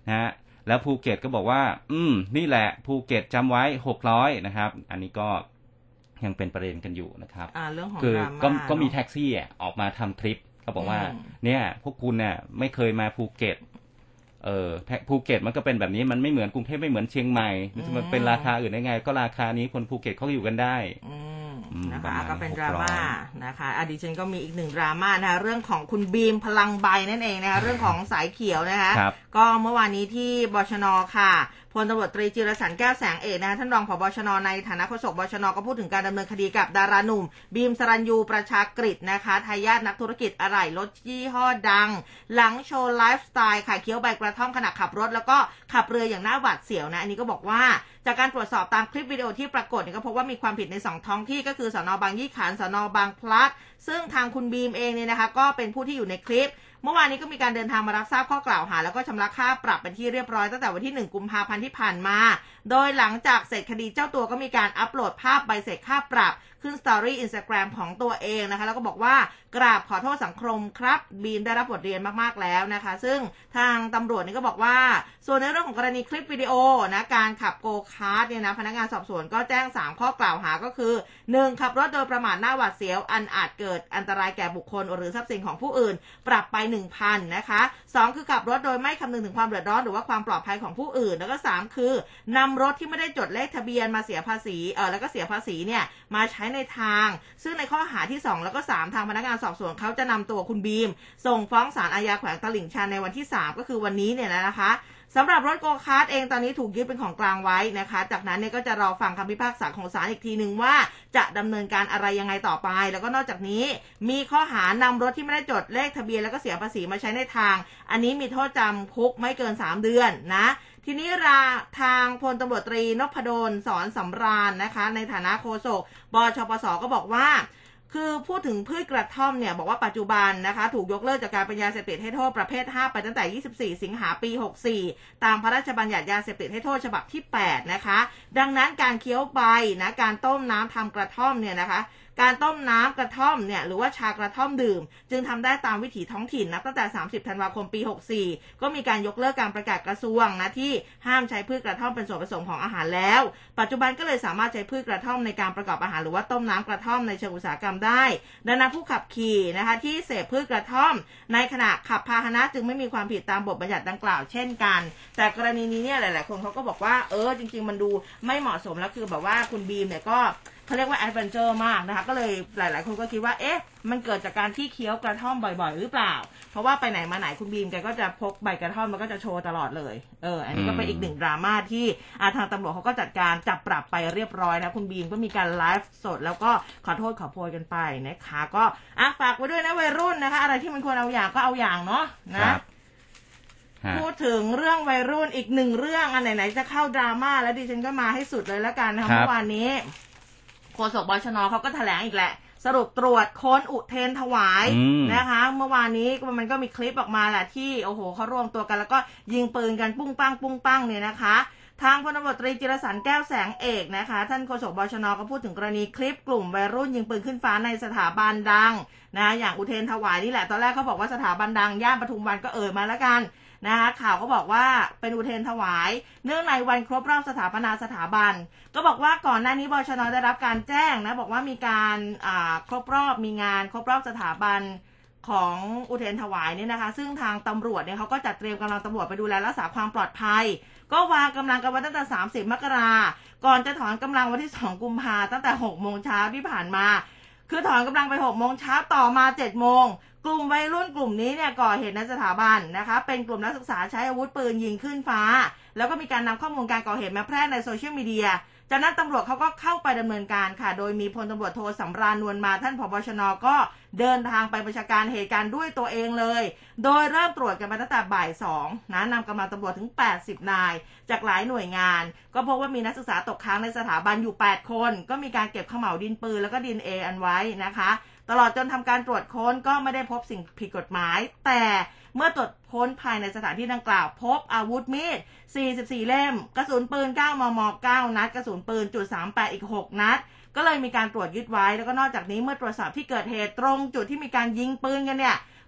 นะฮะแล้วภูเก็ตก็บอกว่าอืมนี่แหละภูเก็ตจำไว้หกร้อยนะครับอันนี้ก็ยังเป็นประเด็นกันอยู่นะครับอ่าเรื่องของคือก็ก็มีแท็กซี่ออกมาทำคลิปเขาบอกว่าเนี่ยพวกคุณเนี่ยไม่เคยมาภูเก็ตเออภูเก็ตมันก็เป็นแบบนี้มันไม่เหมือนกรุงเทพไม่เหมือนเชียงใหม่มันเป็นราคาอื่นได้ไงก็ราคานี้คนภูเก็ตเขาอยู่กันได้นะคะก็เป็นดราม่านะคะอดีตฉันก็มีอีกหนึ่งดราม่านะคะเรื่องของคุณบีมพลังใบนั่นเองนะคะเรื่องของสายเขียวนะคะก็เมื่อวานนี้ที่บชน.ค่ะพลตำรวจตรีจิรสันต์แก้วแสงเอกนะคะท่านรองผบ.ชน.ในฐานะโฆษกบชน.ก็พูดถึงการดำเนินคดีกับดาราหนุ่มบีมสรัญยูประชากฤษนะคะทายาทนักธุรกิจอะไหล่รถยี่ห้อดังหลังโชว์ไลฟ์สไตล์ขายเคี้ยวใบกระท่อมขณะขับรถแล้วก็ขับเรืออย่างน่าหวาดเสียวนะอันนี้ก็บอกว่าจากการตรวจสอบตามคลิปวิดีโอที่ปรากฏก็พบว่ามีความผิดในสองท้องที่ก็คือสน.บางยี่ขันธ์สน.บางพลัดซึ่งทางคุณบีมเองเนี่ยนะคะก็เป็นผู้ที่อยู่ในคลิปเมื่อวานนี้ก็มีการเดินทางมารับทราบข้อกล่าวหาแล้วก็ชำระค่าปรับเป็นที่เรียบร้อยตั้งแต่วันที่หนึ่งกุมภาพันธ์ที่ผ่านมาโดยหลังจากเสร็จคดีเจ้าตัวก็มีการอัปโหลดภาพใบเสร็จค่าปรับขึ้นสตอรี่ Instagram ของตัวเองนะคะแล้วก็บอกว่ากราบขอโทษสังคมครับบีมได้รับบทเรียนมากๆแล้วนะคะซึ่งทางตำรวจนี่ก็บอกว่าส่วนในเรื่องของกรณีคลิปวิดีโอนะการขับโกคาร์ทเนี่ยนะพนักงานสอบสวนก็แจ้งสามข้อกล่าวหาก็คือหนึ่งขับรถโดยประมาทหน้าหวาดเสียวอันอาจเกิดอันตรายแก่บุคคลหรือทรัพย์สินของผู้อื่นปรับไป หนึ่งพัน นะคะสองคือขับรถโดยไม่คำนึงถึงความเดือดร้อนหรือว่าความปลอดภัยของผู้อื่นแล้วก็สามคือนำรถที่ไม่ได้จดเลขทะเบียนมาเสียภาษีเออแล้วก็เสียภาษีเนี่ยมาใช้ในทางซึ่งในข้อหาที่สองแล้วก็สามทางพนักงานสอบสวนเขาจะนำตัวคุณบีมส่งฟ้องศาลอาญาแขวงตลิ่งชันในวันที่สามก็คือวันนี้เนี่ยนะคะสำหรับรถโกคาร์ทเองตอนนี้ถูกยึดเป็นของกลางไว้นะคะจากนั้นเนี่ยก็จะรอฟังคำพิพากษาของศาลอีกทีนึงว่าจะดำเนินการอะไรยังไงต่อไปแล้วก็นอกจากนี้มีข้อหานำรถที่ไม่ได้จดเลขทะเบียนแล้วก็เสียภาษีมาใช้ในทางอันนี้มีโทษจำคุกไม่เกินสามเดือนนะทีนี้ราทางพลตำรวจตรีนพดลสอนสำราญนะคะในฐานะโฆษกบชปสก็บอกว่าคือพูดถึงพืชกระท่อมเนี่ยบอกว่าปัจจุบันนะคะถูกยกเลิกจากการเป็นยาเสพติดให้โทษประเภทห้าไปตั้งแต่ยี่สิบสี่สิงหาปีหกสี่ตามพระราชบัญญัติยาเสพติดให้โทษฉบับที่แปดนะคะดังนั้นการเคี้ยวใบนะการต้มน้ำทำกระท่อมเนี่ยนะคะการต้มน้ำกระท่อมเนี่ยหรือว่าชากระท่อมดื่มจึงทำได้ตามวิถีท้องถิ่นนับตั้งแต่สามสิบธันวาคมปีหกสี่ก็มีการยกเลิกการประกาศกระทรวงนะที่ห้ามใช้พืชกระท่อมเป็นส่วนผสมของอาหารแล้วปัจจุบันก็เลยสามารถใช้พืชกระท่อมในการประกอบอาหารหรือว่าต้มน้ำกระท่อมในเชิงอุตสาหกรรมได้ดังนั้นผู้ขับขี่นะคะที่เสพพืชกระท่อมในขณะขับพาหนะจึงไม่มีความผิดตามบทบัญญัติดังกล่าวเช่นกันแต่กรณีนี้เนี่ยหลายๆคนเขาก็บอกว่าเออจริงๆมันดูไม่เหมาะสมแล้วคือแบบว่าคุณบีมเนี่ยก็เขาเรียกว่าแอดเวนเจอร์มากนะคะก็เลยหลายๆคนก็คิดว่าเอ๊ะมันเกิดจากการที่เคี้ยวกระท่อมบ่อยๆหรือเปล่าเพราะว่าไปไหนมาไหนคุณบีมแกก็จะพกใบกระท่อมแล้วก็จะโชว์ตลอดเลยเอออันนี้ก็เป็นอีกหนึ่งดราม่าที่ทางตำรวจเขาก็จัดการจับปรับไปเรียบร้อยนะคุณบีมก็มีการไลฟ์สดแล้วก็ขอโทษขอโพยกันไปนะคะก็อ่ะฝากไว้ด้วยนะวัยรุ่นนะคะอะไรที่มันควรเอาอย่างก็เอาอย่างเนาะนะพูดถึงเรื่องวัยรุ่นอีกหนึ่งเรื่องอันไหนๆจะเข้าดราม่าแล้วดิฉันก็มาให้สุดเลยแล้วกันนะคะเมื่อวานนี้โฆษกบชน.เขาก็แถลงอีกแหละสรุปตรวจค้นอุเทนถวายนะคะเมื่อวานนี้มันก็มีคลิปออกมาแหละที่โอ้โหเขารวมตัวกันแล้วก็ยิงปืนกันปุ้งปังปุ้งปังเนี่ยนะคะทางพลตำรวจตรีจิรสันต์แก้วแสงเอกนะคะท่านโฆษกบชน.ก็พูดถึงกรณีคลิปกลุ่มวัยรุ่นยิงปืนขึ้นฟ้าในสถาบันดังนะอย่างอุเทนถวายนี่แหละตอนแรกเขาบอกว่าสถาบันดังย่านปทุมวันก็เอ่ยมาแล้วกันนะคะข่าวก็บอกว่าเป็นอุเทนถวายเนื่องในวันครบรอบสถาปนาสถาบันก็บอกว่าก่อนหน้านี้บชน.ได้รับการแจ้งนะบอกว่ามีการอ่าครบรอบมีงานครบรอบสถาบันของอุเทนถวายเนี่ยนะคะซึ่งทางตำรวจเนี่ยเขาก็จัดเตรียมกำลังตำรวจไปดูแลรักษาความปลอดภัยก็วางกำลังกันไว้ตั้งแต่สามสิบมกราก่อนจะถอนกำลังวันที่สองกุมภาตั้งแต่หกโมงเช้าที่ผ่านมาคือถอนกำลังไปหกโมงเช้าต่อมาเจ็ดโมงกลุ่มวัยรุ่นกลุ่มนี้เนี่ยก่อเหตุในสถาบันนะคะเป็นกลุ่มนักศึกษาใช้อาวุธปืนยิงขึ้นฟ้าแล้วก็มีการนำข้อมูลการก่อเหตุมาแพร่ในโซเชียลมีเดียจากนั้นตำรวจเขาก็เข้าไปดำเนินการค่ะโดยมีพลตำรวจโทสำราญนวลมาท่านผบ.ชน.ก็เดินทางไปบัญชาการเหตุการณ์ด้วยตัวเองเลยโดยเริ่มตรวจกันมาตั้งแต่บ่ายสองนะนำกำลังตำรวจถึงแปดสิบนายจากหลายหน่วยงานก็พบว่ามีนักศึกษาตกค้างในสถาบันอยู่แปดคนก็มีการเก็บเขม่าวดินปืนแล้วก็ดี เอ็น เอ อันไว้นะคะตลอดจนทำการตรวจค้นก็ไม่ได้พบสิ่งผิดกฎหมายแต่เมื่อตรวจค้นภายในสถานที่ดังกล่าวพบอาวุธมีดสี่สิบสี่เล่มกระสุนปืนเก้ามมเก้านัดกระสุนปืนจุดสามแปดอีกหกนัดก็เลยมีการตรวจยึดไว้แล้วก็นอกจากนี้เมื่อตรวจสอบที่เกิดเหตุตรงจุดที่มีการยิงปืนกันเนี่ย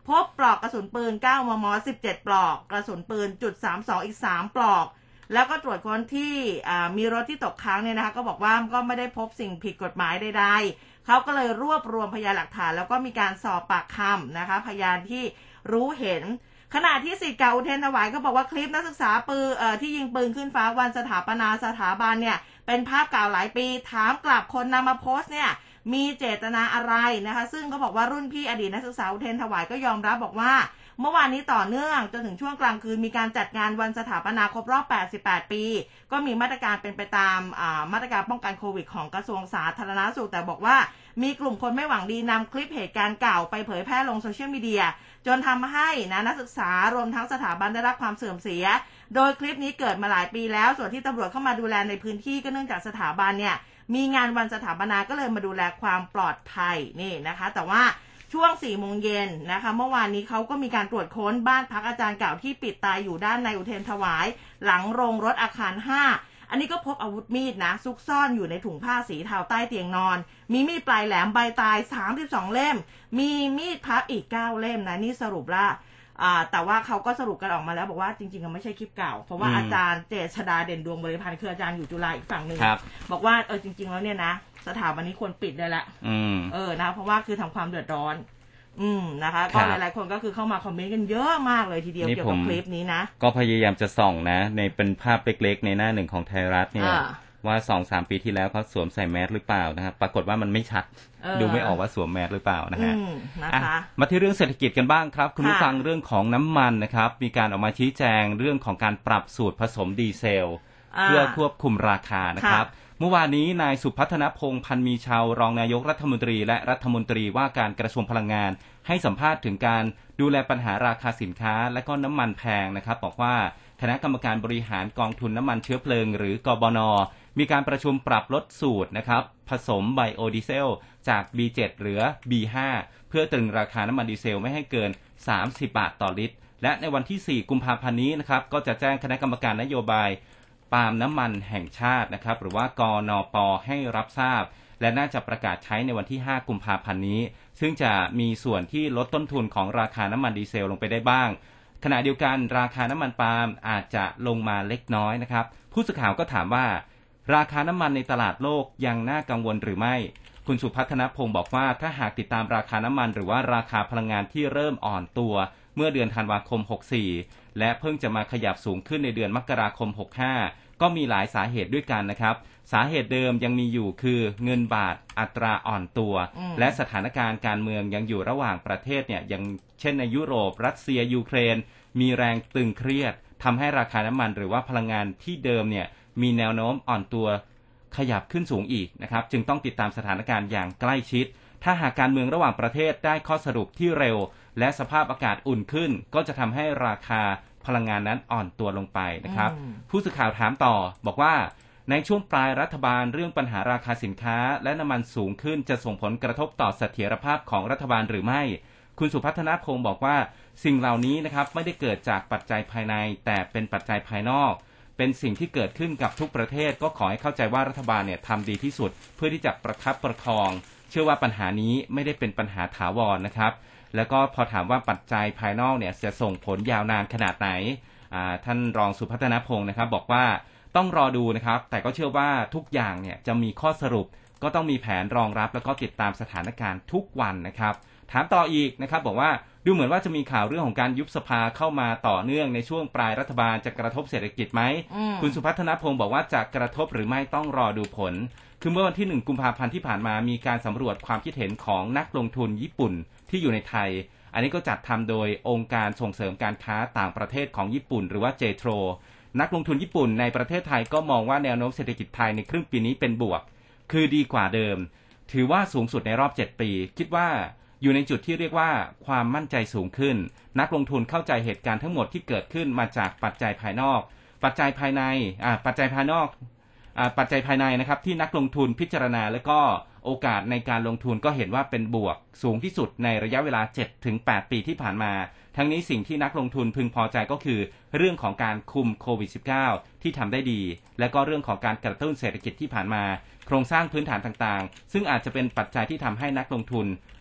พบปลอกกระสุนปืนเก้ามมสิบเจ็ดปลอกกระสุนปืนจุดสามสองอีกสามปลอกแล้วก็ตรวจค้นที่มีรถที่ตกค้างเนี่ยนะคะก็บอกว่าก็ไม่ได้พบสิ่งผิดกฎหมายใดๆเขาก็เลยรวบรวมพยานหลักฐานแล้วก็มีการสอบปากคำนะคะพยานที่รู้เห็นขณะที่ศิษย์เก่าอุเทรนถวายก็บอกว่าคลิปนักศึกษาปืนเอ่อที่ยิงปืนขึ้นฟ้าวันสถาปนาสถาบันเนี่ยเป็นภาพเก่าหลายปีถามกลับคนนำมาโพสต์เนี่ยมีเจตนาอะไรนะคะซึ่งเขาบอกว่ารุ่นพี่อดีตนักศึกษาอุเทรนถวายก็ยอมรับบอกว่าเมื่อวานนี้ต่อเนื่องจนถึงช่วงกลางคืนมีการจัดงานวันสถาปนาครบรอบแปดสิบแปดปีก็มีมาตรการเป็นไปตามมาตรการป้องกันโควิดของกระทรวงสาธารณสุขแต่บอกว่ามีกลุ่มคนไม่หวังดีนำคลิปเหตุการณ์เก่าไปเผยแพร่ลงโซเชียลมีเดียจนทำให้นะนักศึกษารวมทั้งสถาบันได้รับความเสื่อมเสียโดยคลิปนี้เกิดมาหลายปีแล้วส่วนที่ตำรวจเข้ามาดูแลในพื้นที่ก็เนื่องจากสถาบันเนี่ยมีงานวันสถาปนาก็เลยมาดูแลความปลอดภัยนี่นะคะแต่ว่าช่วงสี่โมงเย็นนะคะเมื่อวานนี้เขาก็มีการตรวจค้นบ้านพักอาจารย์เก่าที่ปิดตายอยู่ด้านในอุเทรนถวายหลังโรงรถอาคารห้าอันนี้ก็พบอาวุธมีดนะซุกซ่อนอยู่ในถุงผ้าสีเทาใต้เตียงนอนมีมีดปลายแหลมใบตายสามสิบสองเล่มมีมีดพับอีกเก้าเล่มนะนี่สรุปละอ่าแต่ว่าเขาก็สรุปกันออกมาแล้วบอกว่าจริงๆก็ไม่ใช่คลิปเก่าเพราะว่าอาจารย์เจษฎาเด่นดวงบริพันธ์คืออาจารย์อยู่จุฬาอีกฝั่งหนึ่งบอกว่าเออจริงๆแล้วเนี่ยนะสถาบันนี้ควรปิดได้ละเออนะเพราะว่าคือทำความเดือดร้อนอืมนะคะก็หลายๆคนก็คือเข้ามาคอมเมนต์กันเยอะมากเลยทีเดียวเกี่ยวกับคลิปนี้นะก็พยายามจะส่องนะในเป็นภาพเล็กๆในหน้าหนึ่งของไทยรัฐเนี่ยว่า สองถึงสาม ปีที่แล้วเขาสวมใส่แมสหรือเปล่านะครับปรากฏว่ามันไม่ชัดดูไม่ออกว่าสวมแมสหรือเปล่านะฮะมาที่เรื่องเศรษฐกิจกันบ้างครับคุณผู้ฟังเรื่องของน้ำมันนะครับมีการออกมาชี้แจงเรื่องของการปรับสูตรผสมดีเซลเพื่อควบคุมราคานะครับเมื่อวานนี้นายสุพัฒนพงษ์พันมีชาวรองนายกรัฐมนตรีและรัฐมนตรีว่าการกระทรวงพลังงานให้สัมภาษณ์ถึงการดูแลปัญหาราคาสินค้าและก็น้ำมันแพงนะครับบอกว่าคณะกรรมการบริหารกองทุนน้ำมันเชื้อเพลิงหรือกบน.มีการประชุมปรับลดสูตรนะครับผสมไบโอดีเซลจาก บี เจ็ด เหลือ บี ห้า เพื่อตรึงราคาน้ำมันดีเซลไม่ให้เกินสามสิบบาทต่อลิตรและในวันที่สี่กุมภาพันธ์นี้นะครับก็จะแจ้งคณะกรรมการนโยบายปาล์มน้ำมันแห่งชาตินะครับหรือว่ากนป.ให้รับทราบและน่าจะประกาศใช้ในวันที่ห้ากุมภาพันธ์นี้ซึ่งจะมีส่วนที่ลดต้นทุนของราคาน้ำมันดีเซลลงไปได้บ้างขณะเดียวกันราคาน้ำมันปาล์มอาจจะลงมาเล็กน้อยนะครับผู้สื่อข่าวก็ถามว่าราคาน้ำมันในตลาดโลกยังน่ากังวลหรือไม่คุณสุพัฒนพงษ์บอกว่าถ้าหากติดตามราคาน้ำมันหรือว่าราคาพลังงานที่เริ่มอ่อนตัวเมื่อเดือนธันวาคมหกสิบสี่และเพิ่งจะมาขยับสูงขึ้นในเดือนมกราคมหกสิบห้าก็มีหลายสาเหตุด้วยกันนะครับสาเหตุเดิมยังมีอยู่คือเงินบาทอัตราอ่อนตัวและสถานการณ์การเมืองยังอยู่ระหว่างประเทศเนี่ยอย่างเช่นในยุโรปรัสเซียยูเครนมีแรงตึงเครียดทำให้ราคาน้ำมันหรือว่าพลังงานที่เดิมเนี่ยมีแนวโน้มอ่อนตัวขยับขึ้นสูงอีกนะครับจึงต้องติดตามสถานการณ์อย่างใกล้ชิดถ้าหากการเมืองระหว่างประเทศได้ข้อสรุปที่เร็วและสภาพอากาศอุ่นขึ้นก็จะทำให้ราคาพลังงานนั้นอ่อนตัวลงไปนะครับผู้สื่อข่าวถามต่อบอกว่าในช่วงปลายรัฐบาลเรื่องปัญหาราคาสินค้าและน้ำมันสูงขึ้นจะส่งผลกระทบต่อเสถียรภาพของรัฐบาลหรือไม่คุณสุพัฒนพงษ์บอกว่าสิ่งเหล่านี้นะครับไม่ได้เกิดจากปัจจัยภายในแต่เป็นปัจจัยภายนอกเป็นสิ่งที่เกิดขึ้นกับทุกประเทศก็ขอให้เข้าใจว่ารัฐบาลเนี่ยทำดีที่สุดเพื่อที่จะประคับประคองเชื่อว่าปัญหานี้ไม่ได้เป็นปัญหาถาวรนะครับแล้วก็พอถามว่าปัจจัยภายนอกเนี่ยจะส่งผลยาวนานขนาดไหนท่านรองสุพัฒนพงษ์นะครับบอกว่าต้องรอดูนะครับแต่ก็เชื่อว่าทุกอย่างเนี่ยจะมีข้อสรุปก็ต้องมีแผนรองรับแล้วก็ติดตามสถานการณ์ทุกวันนะครับถามต่ออีกนะครับบอกว่าดูเหมือนว่าจะมีข่าวเรื่องของการยุบสภาเข้ามาต่อเนื่องในช่วงปลายรัฐบาลจะกระทบเศรษฐกิจไหมคุณสุพัฒนพงษ์บอกว่าจะกระทบหรือไม่ต้องรอดูผลคือเมื่อวันที่หนึ่งกุมภาพันธ์ที่ผ่านมามีการสำรวจความคิดเห็นของนักลงทุนญี่ปุ่นที่อยู่ในไทยอันนี้ก็จัดทำโดยองค์การส่งเสริมการค้าต่างประเทศของญี่ปุ่นหรือว่า เจ ที อาร์ โอ นักลงทุนญี่ปุ่นในประเทศไทยก็มองว่าแนวโน้มเศรษฐกิจไทยในครึ่งปีนี้เป็นบวกคือดีกว่าเดิมถือว่าสูงสุดในรอบเจ็ดปีคิดว่าอยู่ในจุดที่เรียกว่าความมั่นใจสูงขึ้นนักลงทุนเข้าใจเหตุการณ์ทั้งหมดที่เกิดขึ้นมาจากปัจจัยภายนอกปัจจัยภายในอ่าปัจจัยภายนอกอ่าปัจจัยภายในนะครับที่นักลงทุนพิจารณาและก็โอกาสในการลงทุนก็เห็นว่าเป็นบวกสูงที่สุดในระยะเวลา เจ็ดถึงแปด ปีที่ผ่านมาทั้งนี้สิ่งที่นักลงทุนพึงพอใจก็คือเรื่องของการคุมโควิด สิบเก้า ที่ทำได้ดีและก็เรื่องของการกระตุ้นเศรษฐกิจที่ผ่านมาโครงสร้างพื้นฐานต่างๆซึ่งอาจจะเป็นปัจจัยที่ทำให้นักลงทุน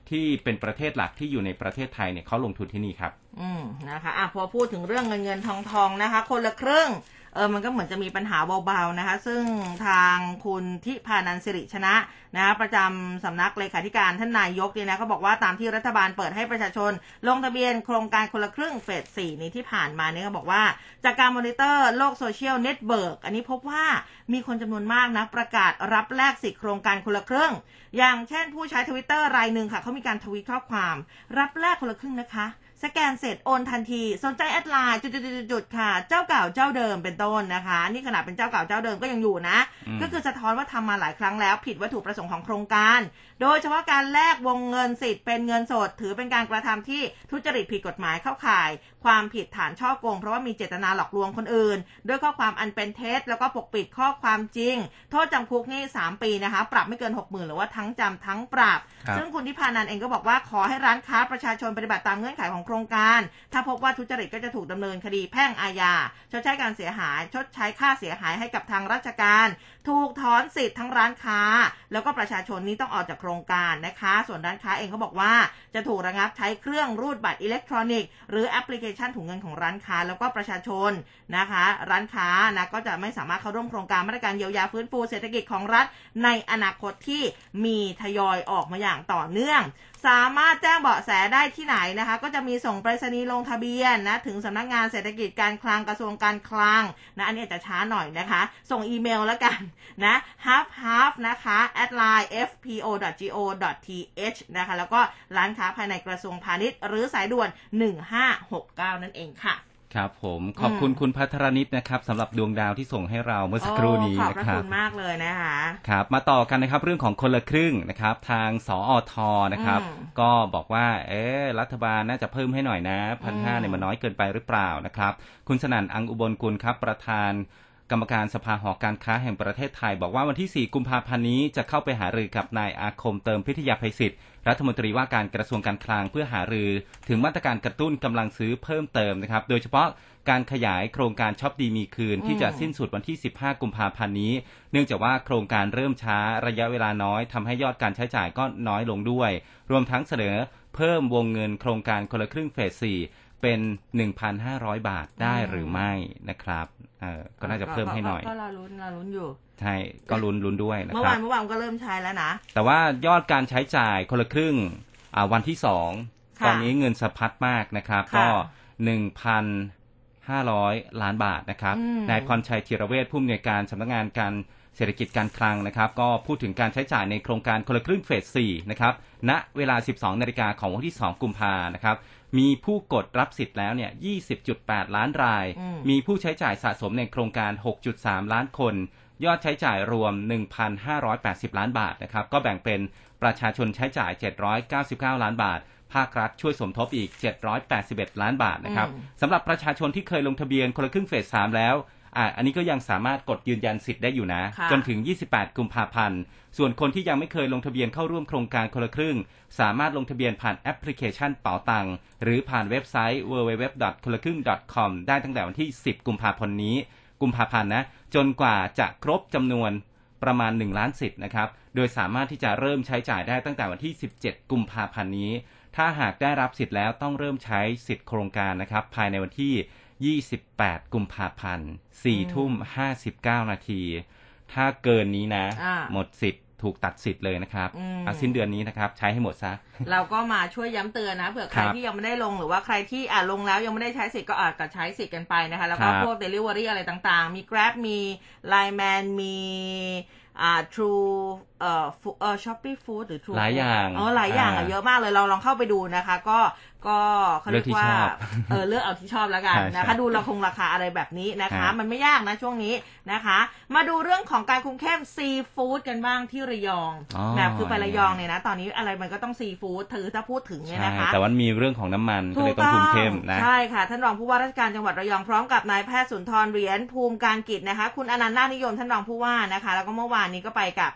ที่เป็นประเทศหลักที่อยู่ในประเทศไทยเนี่ยเขาลงทุนที่นี่ครับอืมนะคะอ่ะพอพูดถึงเรื่องเงินเงินทองทองนะคะคนละครึ่งเออมันก็เหมือนจะมีปัญหาเบาๆนะคะซึ่งทางคุณทิพานันท์สิริชนะนะคะประจำสำนักเลขาธิการท่านนายกเนี่ยนะเขาบอกว่าตามที่รัฐบาลเปิดให้ประชาชนลงทะเบียนโครงการคนละครึ่งเฟสสี่นี้ที่ผ่านมาเนี่ยเขาบอกว่าจากการมอนิเตอร์โลกโซเชียลเน็ตเวิร์กอันนี้พบว่ามีคนจำนวนมากนะประกาศรับแลกสิทธิโครงการคนละครึ่งอย่างเช่นผู้ใช้ Twitter รายหนึ่งค่ะเขามีการทวีตข้อความรับแลกคนละครึ่งนะคะสแกนเสร็จโอนทันทีสนใจแอดไลน์จุดๆๆค่ะเจ้าเก่าเจ้าเดิมเป็นต้นนะคะนี่ขนาดเป็นเจ้าเก่าเจ้าเดิมก็ยังอยู่นะก็คือสะท้อนว่าทำมาหลายครั้งแล้วผิดวัตถุประสงค์ของโครงการโดยเฉพาะการแลกวงเงินสิทธิ์เป็นเงินสดถือเป็นการกระทำที่ทุจริตผิดกฎหมายเข้าข่ายความผิดฐานฉ้อโกงเพราะว่ามีเจตนาหลอกลวงคนอื่นด้วยข้อความอันเป็นเท็จแล้วก็ปกปิดข้อความจริงโทษจำคุกนี่สามปีนะคะปรับไม่เกิน หกหมื่น หรือว่าทั้งจำทั้งปรับซึ่งคุณทิพานันท์เองก็บอกว่าขอให้ร้านค้าประชาชนปฏิบัติตามเงื่อนไขของโครงการถ้าพบว่าทุจริตก็จะถูกดำเนินคดีแพ่งอาญาชดใช้การเสียหายชดใช้ค่าเสียหายให้กับทางราชการถูกถอนสิทธิ์ทั้งร้านค้าแล้วก็ประชาชนนี้ต้องออกจากโครงการนะคะส่วนร้านค้าเองก็บอกว่าจะถูกระงับใช้เครื่องรูดบัตรอิเล็กทรอนิกส์หรือแอปพลิเคชันถุงเงินของร้านค้าแล้วก็ประชาชนนะคะร้านค้านะก็จะไม่สามารถเข้าร่วมโครงการมาตรการเยียวยาฟื้นฟูเศรษฐกิจของรัฐในอนาคตที่มีทยอยออกมาอย่างต่อเนื่องสามารถแจ้งเบาะแสได้ที่ไหนนะคะก็จะมีส่งไปรษณีย์ลงทะเบียนนะถึงสำนักงานเศรษฐกิจการคลังกระทรวงการคลังนะอันนี้อาจจะช้าหน่อยนะคะส่งอีเมลแล้วกันนะ half half นะคะ แอท ไลน์ เอฟ พี โอ ดอท จี โอ ดอท ที เอช นะคะแล้วก็ร้านค้าภายในกระทรวงพาณิชย์หรือสายด่วนหนึ่งห้าหกเก้านั่นเองค่ะครับผมขอบคุณคุณภัทรนิตนะครับสำหรับดวงดาวที่ส่งให้เราเมื่อสักครู่นี้นะครับขอบคุณมากเลยนะคะครับมาต่อกันนะครับเรื่องของคนละครึ่งนะครับทางสอทนะครับก็บอกว่าเอ๊ะรัฐบาลน่าจะเพิ่มให้หน่อยนะพันห้าเนี่ยมันน้อยเกินไปหรือเปล่านะครับคุณสนั่นอังอุบลกุลครับประธานกรรมการสภาหอการค้าแห่งประเทศไทยบอกว่าวันที่สี่กุมภาพันธ์นี้จะเข้าไปหารือกับนายอาคมเติมพิทยาภัยศิษย์รัฐมนตรีว่าการกระทรวงการคลังเพื่อหารือถึงมาตรการกระตุ้นกำลังซื้อเพิ่มเติมนะครับโดยเฉพาะการขยายโครงการช็อปดีมีคืนที่จะสิ้นสุดวันที่สิบห้ากุมภาพันธ์นี้เนื่องจากว่าโครงการเริ่มช้าระยะเวลาน้อยทำให้ยอดการใช้จ่ายก็น้อยลงด้วยรวมทั้งเสนอเพิ่มวงเงินโครงการคนละครึ่งเฟสสี่เป็น หนึ่งพันห้าร้อย บาทได้หรือไม่นะครับเออก็น่าจะเพิ่มให้หน่อยก็รอลุ้นรอลุ้นอยู่ใช่ก็ลุ้นลุ้นด้วยนะครับเมื่อวานเมื่อวานก็เริ่มใช้แล้วนะแต่ว่ายอดการใช้จ่ายคนละครึ่งอ่าวันที่สองตอนนี้เงินสะพัดมากนะครับก็ หนึ่งพันห้าร้อย ล้านบาทนะครับนายพรชัยธีรเวชผู้อำนวยการสำนักงานการเศรษฐกิจการคลังนะครับก็พูดถึงการใช้จ่ายในโครงการคนละครึ่งเฟสสี่นะครับณเวลา สิบสองนาฬิกาของวันที่สองกุมภาพันธ์นะครับมีผู้กดรับสิทธิ์แล้วเนี่ย ยี่สิบจุดแปด ล้านรายมีผู้ใช้จ่ายสะสมในโครงการ หกจุดสาม ล้านคนยอดใช้จ่ายรวม หนึ่งพันห้าร้อยแปดสิบ ล้านบาทนะครับก็แบ่งเป็นประชาชนใช้จ่ายเจ็ดร้อยเก้าสิบเก้าล้านบาทภาครัฐช่วยสมทบอีกเจ็ดร้อยแปดสิบเอ็ดล้านบาทนะครับสำหรับประชาชนที่เคยลงทะเบียนคนละครึ่งเฟสสามแล้วอ่ะอันนี้ก็ยังสามารถกดยืนยันสิทธิ์ได้อยู่นะจนถึงยี่สิบแปดกุมภาพันธ์ส่วนคนที่ยังไม่เคยลงทะเบียนเข้าร่วมโครงการคนละครึ่งสามารถลงทะเบียนผ่านแอปพลิเคชันเป๋าตังหรือผ่านเว็บไซต์ ดับเบิลยู ดับเบิลยู ดับเบิลยู ดอท คนละครึ่ง ดอท คอม ได้ตั้งแต่วันที่สิบกุมภาพันธ์นี้กุมภาพันธ์นะจนกว่าจะครบจำนวนประมาณหนึ่งล้านสิทธิ์นะครับโดยสามารถที่จะเริ่มใช้จ่ายได้ตั้งแต่วันที่สิบเจ็ดกุมภาพันธ์นี้ถ้าหากได้รับสิทธิ์แล้วต้องเริ่มใช้สิทธิ์โครงการนะครับภายในวันที่ยี่สิบแปดกุมภาพันธ์ สี่ทุ่มห้าสิบเก้านาทีถ้าเกินนี้นะหมดสิทธิ์ถูกตัดสิทธิ์เลยนะครับสิ้นเดือนนี้นะครับใช้ให้หมดซะเราก็มาช่วยย้ำเตือนนะเผื่อใครที่ยังไม่ได้ลงหรือว่าใครที่อ่าลงแล้วยังไม่ได้ใช้สิทธิ์ก็อาจจะใช้สิทธิ์กันไปนะคะแล้วก็พวก Delivery อะไรต่างๆมี Grab มี ไลน์แมน มีอ่า True เอ่อเอ่อ Shopee Food หรือ True หลายอย่างอ๋อหลายอย่างอ่ะเยอะมากเลยเราลองเข้าไปดูนะคะก็ก็เขาเรียกว่าเออเลือกเอาที่ชอบแล้วกันนะคะดูราคงราคาอะไรแบบนี้นะคะมันไม่ยากนะช่วงนี้นะคะมาดูเรื่องของการคุมเข้มซีฟู้ดกันบ้างที่ระยองแบบคือไประยองเนี่ยนะตอนนี้อะไรมันก็ต้องซีฟู้ดถือถ้าพูดถึงเนี่ยนะคะแต่ว่ามีเรื่องของน้ำมันก็เลยต้องคุมเข้มนะใช่ค่ะท่านรองผู้ว่าราชการจังหวัดระยองพร้อมกับนายแพทย์สุนทรเหรียญภูมิการกิจนะคะคุณอนันต์นาคนิยมท่านรองผู้ว่านะคะแล้วก็เมื่อวานนี้ก็ไปกับนาย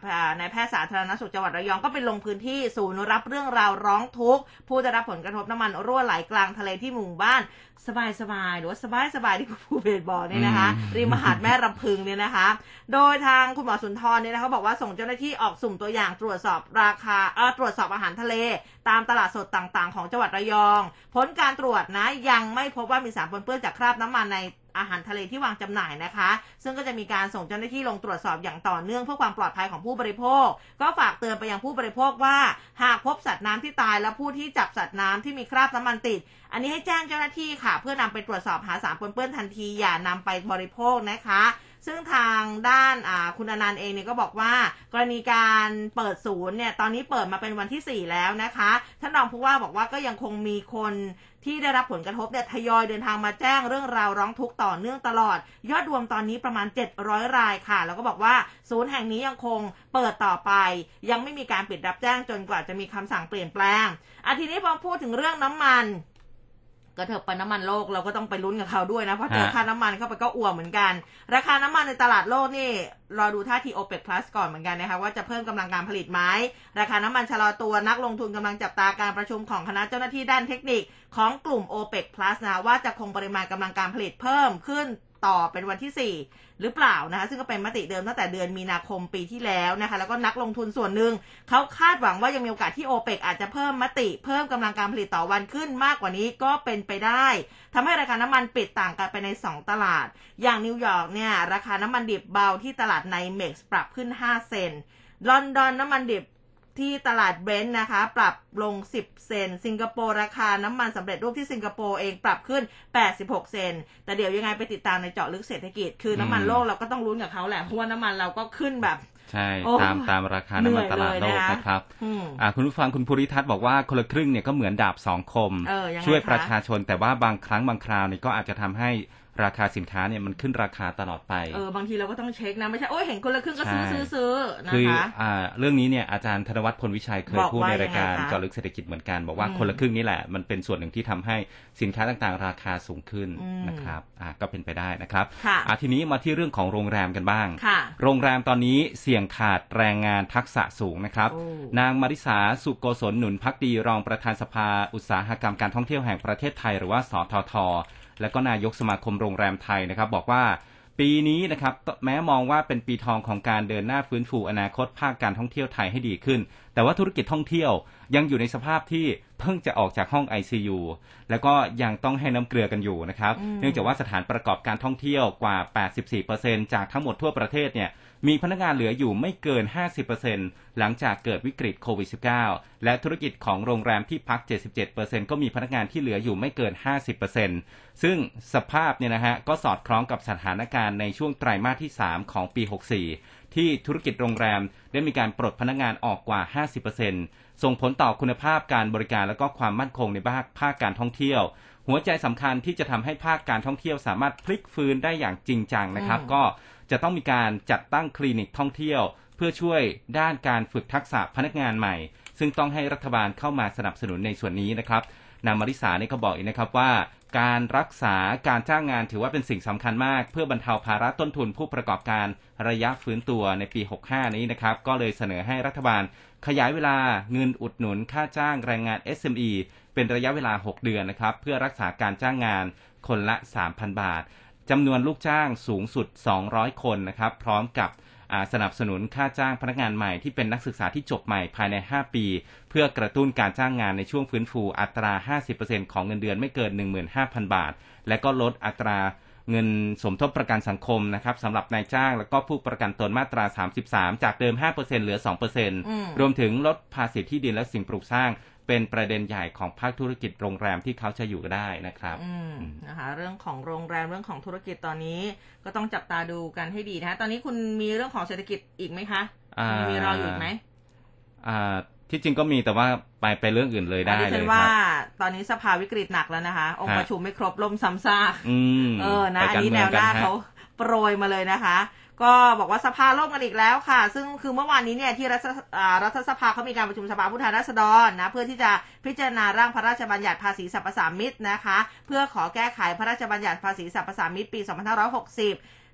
แพทย์สาธารณสุขจังหวัดระยองก็ไปลงพื้นที่ศูนย์รับเรื่องราวร้องทุกข์ผู้ได้รับผลกระทบน้ำมันรั่วไหลกลางทะเลที่หมู่บ้านสบายๆหรือว่าสบายๆที่คุณผู้เบศบอกเนี่ยนะคะริมหาดแม่รำพึงเนี่ยนะคะโดยทางคุณหมอสุนทรเนี่ยนะคะบอกว่าส่งเจ้าหน้าที่ออกสุ่มตัวอย่างตรวจสอบราคาเอ่อตรวจสอบอาหารทะเลตามตลาดสดต่างๆของจังหวัดระยองผลการตรวจนะยังไม่พบว่ามีสารปนเปื้อนจากคราบน้ำมันในอาหารทะเลที่วางจำหน่ายนะคะซึ่งก็จะมีการส่งเจ้าหน้าที่ลงตรวจสอบอย่างต่อเนื่องเพื่อความปลอดภัยของผู้บริโภคก็ฝากเตือนไปยังผู้บริโภคว่าหากพบสัตว์น้ำที่ตายและผู้ที่จับสัตว์น้ำที่มีคราบน้ำมันติดอันนี้ให้แจ้งเจ้าหน้าที่ค่ะเพื่อนำไปตรวจสอบหาสารปนเปื้อนทันทีอย่านำไปบริโภคนะคะซึ่งทางด้านคุณอนันต์เองเนี่ยก็บอกว่ากรณีการเปิดศูนย์เนี่ยตอนนี้เปิดมาเป็นวันที่สี่แล้วนะคะท่านรองผู้ว่าบอกว่าก็ยังคงมีคนที่ได้รับผลกระทบเนี่ยทยอยเดินทางมาแจ้งเรื่องราวร้องทุกข์ต่อเนื่องตลอดยอดรวมตอนนี้ประมาณเจ็ดร้อยรายค่ะแล้วก็บอกว่าศูนย์แห่งนี้ยังคงเปิดต่อไปยังไม่มีการปิดรับแจ้งจนกว่าจะมีคำสั่งเปลี่ยนแปลงอ่ะทีนี้พอพูดถึงเรื่องน้ำมันก็เถอะไปน้ำมันโลกเราก็ต้องไปลุ้นกับเขาด้วยนะเพราะเจอค่าน้ำมันเข้าไปก็อ้วกเหมือนกันราคาน้ำมันในตลาดโลกนี่รอดูท่าที โอเปก Plus ก่อนเหมือนกันนะคะว่าจะเพิ่มกำลังการผลิตไหมราคาน้ำมันชะลอตัวนักลงทุนกำลังจับตาการประชุมของคณะเจ้าหน้าที่ด้านเทคนิคของกลุ่ม โอเปก Plus นะว่าจะคงปริมาณกำลังการผลิตเพิ่มขึ้นต่อเป็นวันที่สี่หรือเปล่านะคะซึ่งก็เป็นมติเดิมตั้งแต่เดือนมีนาคมปีที่แล้วนะคะแล้วก็นักลงทุนส่วนหนึ่งเขาคาดหวังว่ายังมีโอกาสที่ โอเปก อาจจะเพิ่มมติเพิ่มกำลังการผลิตต่อวันขึ้นมากกว่านี้ก็เป็นไปได้ทำให้ราคาน้ำมันปิดต่างกันไปในสองตลาดอย่างนิวยอร์กเนี่ยราคาน้ำมันดิบเบาที่ตลาดไนเม็กซ์ปรับขึ้นห้าเซนต์ลอนดอนน้ำมันดิบที่ตลาดเบรนท์นะคะปรับลงสิบเซนต์สิงคโปร์ราคาน้ำมันสำเร็จรูปที่สิงคโปร์เองปรับขึ้นแปดสิบหกเซนต์แต่เดี๋ยวยังไงไปติดตามในเจาะลึกเศรษฐกิจคือน้ำมันโลกเราก็ต้องลุ้นกับเขาแหละเพราะว่าน้ำมันเราก็ขึ้นแบบใช่ตามตามราคาน้ำมันตลาดโลกนะครับอ่าคุณผู้ฟังคุณภูริทัศน์บอกว่าคนละครึ่งเนี่ยก็เหมือนดาบสองคมช่วยประชาชนแต่ว่าบางครั้งบางคราวเนี่ยก็อาจจะทำให้ราคาสินค้าเนี่ยมันขึ้นราคาตลอดไปเออบางทีเราก็ต้องเช็คนะไม่ใช่โอ้ยเห็นคนละครึ่งก็ซื้อซื้อซื้อนะคะคืออ่าเรื่องนี้เนี่ยอาจารย์ธนวัฒน์พลวิชัยเคยพูดในรายการเจาะลึกเศรษฐกิจเหมือนกันบอกว่าคนละครึ่งนี่แหละมันเป็นส่วนหนึ่งที่ทำให้สินค้าต่างๆราคาสูงขึ้นนะครับอ่าก็เป็นไปได้นะครับอ่าทีนี้มาที่เรื่องของโรงแรมกันบ้างโรงแรมตอนนี้เสี่ยงขาดแรงงานทักษะสูงนะครับนางมาริสาสุโกศลหนุนภักดีรองประธานสภาอุตสาหกรรมการท่องเที่ยวแห่งประเทศไทยหรือว่าสทท.และก็นายกสมาคมโรงแรมไทยนะครับบอกว่าปีนี้นะครับแม้มองว่าเป็นปีทองของการเดินหน้าฟื้นฟูอนาคตภาคการท่องเที่ยวไทยให้ดีขึ้นแต่ว่าธุรกิจท่องเที่ยวยังอยู่ในสภาพที่เพิ่งจะออกจากห้อง ไอ ซี ยู แล้วก็ยังต้องให้น้ำเกลือกันอยู่นะครับเนื่องจากว่าสถานประกอบการท่องเที่ยวกว่า แปดสิบสี่เปอร์เซ็นต์ จากทั้งหมดทั่วประเทศเนี่ยมีพนักงานเหลืออยู่ไม่เกิน ห้าสิบเปอร์เซ็นต์ หลังจากเกิดวิกฤตโควิด สิบเก้า และธุรกิจของโรงแรมที่พัก เจ็ดสิบเจ็ดเปอร์เซ็นต์ ก็มีพนักงานที่เหลืออยู่ไม่เกิน ห้าสิบเปอร์เซ็นต์ ซึ่งสภาพเนี่ยนะฮะก็สอดคล้องกับสถานการณ์ในช่วงไตรมาสที่สามของปีหกสี่ที่ธุรกิจโรงแรมได้มีการปลดพนักงานออกกว่า ห้าสิบเปอร์เซ็นต์ ส่งผลต่อคุณภาพการบริการและก็ความมั่นคงในภาคภาคการท่องเที่ยวหัวใจสำคัญที่จะทำให้ภาคการท่องเที่ยวสามารถพลิกฟื้นได้อย่างจริงจังนะครับก็จะต้องมีการจัดตั้งคลินิกท่องเที่ยวเพื่อช่วยด้านการฝึกทักษะพนักงานใหม่ซึ่งต้องให้รัฐบาลเข้ามาสนับสนุนในส่วนนี้นะครับนางมาริสาเนี่ยก็บอกอีกนะครับว่าการรักษาการจ้างงานถือว่าเป็นสิ่งสำคัญมากเพื่อบรรเทาภาระต้นทุนผู้ประกอบการระยะฟื้นตัวในปีหกสิบห้านี้นะครับก็เลยเสนอให้รัฐบาลขยายเวลาเงินอุดหนุนค่าจ้างแรงงาน เอส เอ็ม อี เป็นระยะเวลาหกเดือนนะครับเพื่อรักษาการจ้างงานคนละ สามพัน บาทจำนวนลูกจ้างสูงสุดสองร้อยคนนะครับพร้อมกับสนับสนุนค่าจ้างพนักงานใหม่ที่เป็นนักศึกษาที่จบใหม่ภายในห้าปีเพื่อกระตุ้นการจ้างงานในช่วงฟื้นฟูอัตรา ห้าสิบเปอร์เซ็นต์ ของเงินเดือนไม่เกิน หนึ่งหมื่นห้าพัน บาทและก็ลดอัตราเงินสมทบประกันสังคมนะครับสำหรับนายจ้างและก็ผู้ประกันตนมาตราสามสิบสามจากเดิม ห้าเปอร์เซ็นต์ เหลือ สองเปอร์เซ็นต์ รวมถึงลดภาษีที่ดินและสิ่งปลูกสร้างเป็นประเด็นใหญ่ของภาคธุรกิจโรงแรมที่เขาจะอยู่ได้นะครับนะคะเรื่องของโรงแรมเรื่องของธุรกิจตอนนี้ก็ต้องจับตาดูกันให้ดีนะตอนนี้คุณมีเรื่องของเศรษฐกิจอีกไหมคะมีรออยู่ไหมที่จริงก็มีแต่ว่าไปไปเรื่องอื่นเลยได้เลยครับว่าตอนนี้สภาวิกฤตหนักแล้วนะคะองค์ประชุมไม่ครบล่มซ้ำซากเออนะอันนี้แนวหน้าเขาโปรยมาเลยนะคะก็บอกว่าสภาล่มกันอีกแล้วค่ะซึ่งคือเมื่อวานนี้เนี่ยที่รัฐรัฐสภาเขามีการประชุมสภาผู้แทนราษฎรนะเพื่อที่จะพิจารณาร่างพระราชบัญญัติภาษีสรรพสามิตนะคะเพื่อขอแก้ไขพระราชบัญญัติภาษีสรรพสามิตปีสองพันห้าร้อยหกสิบ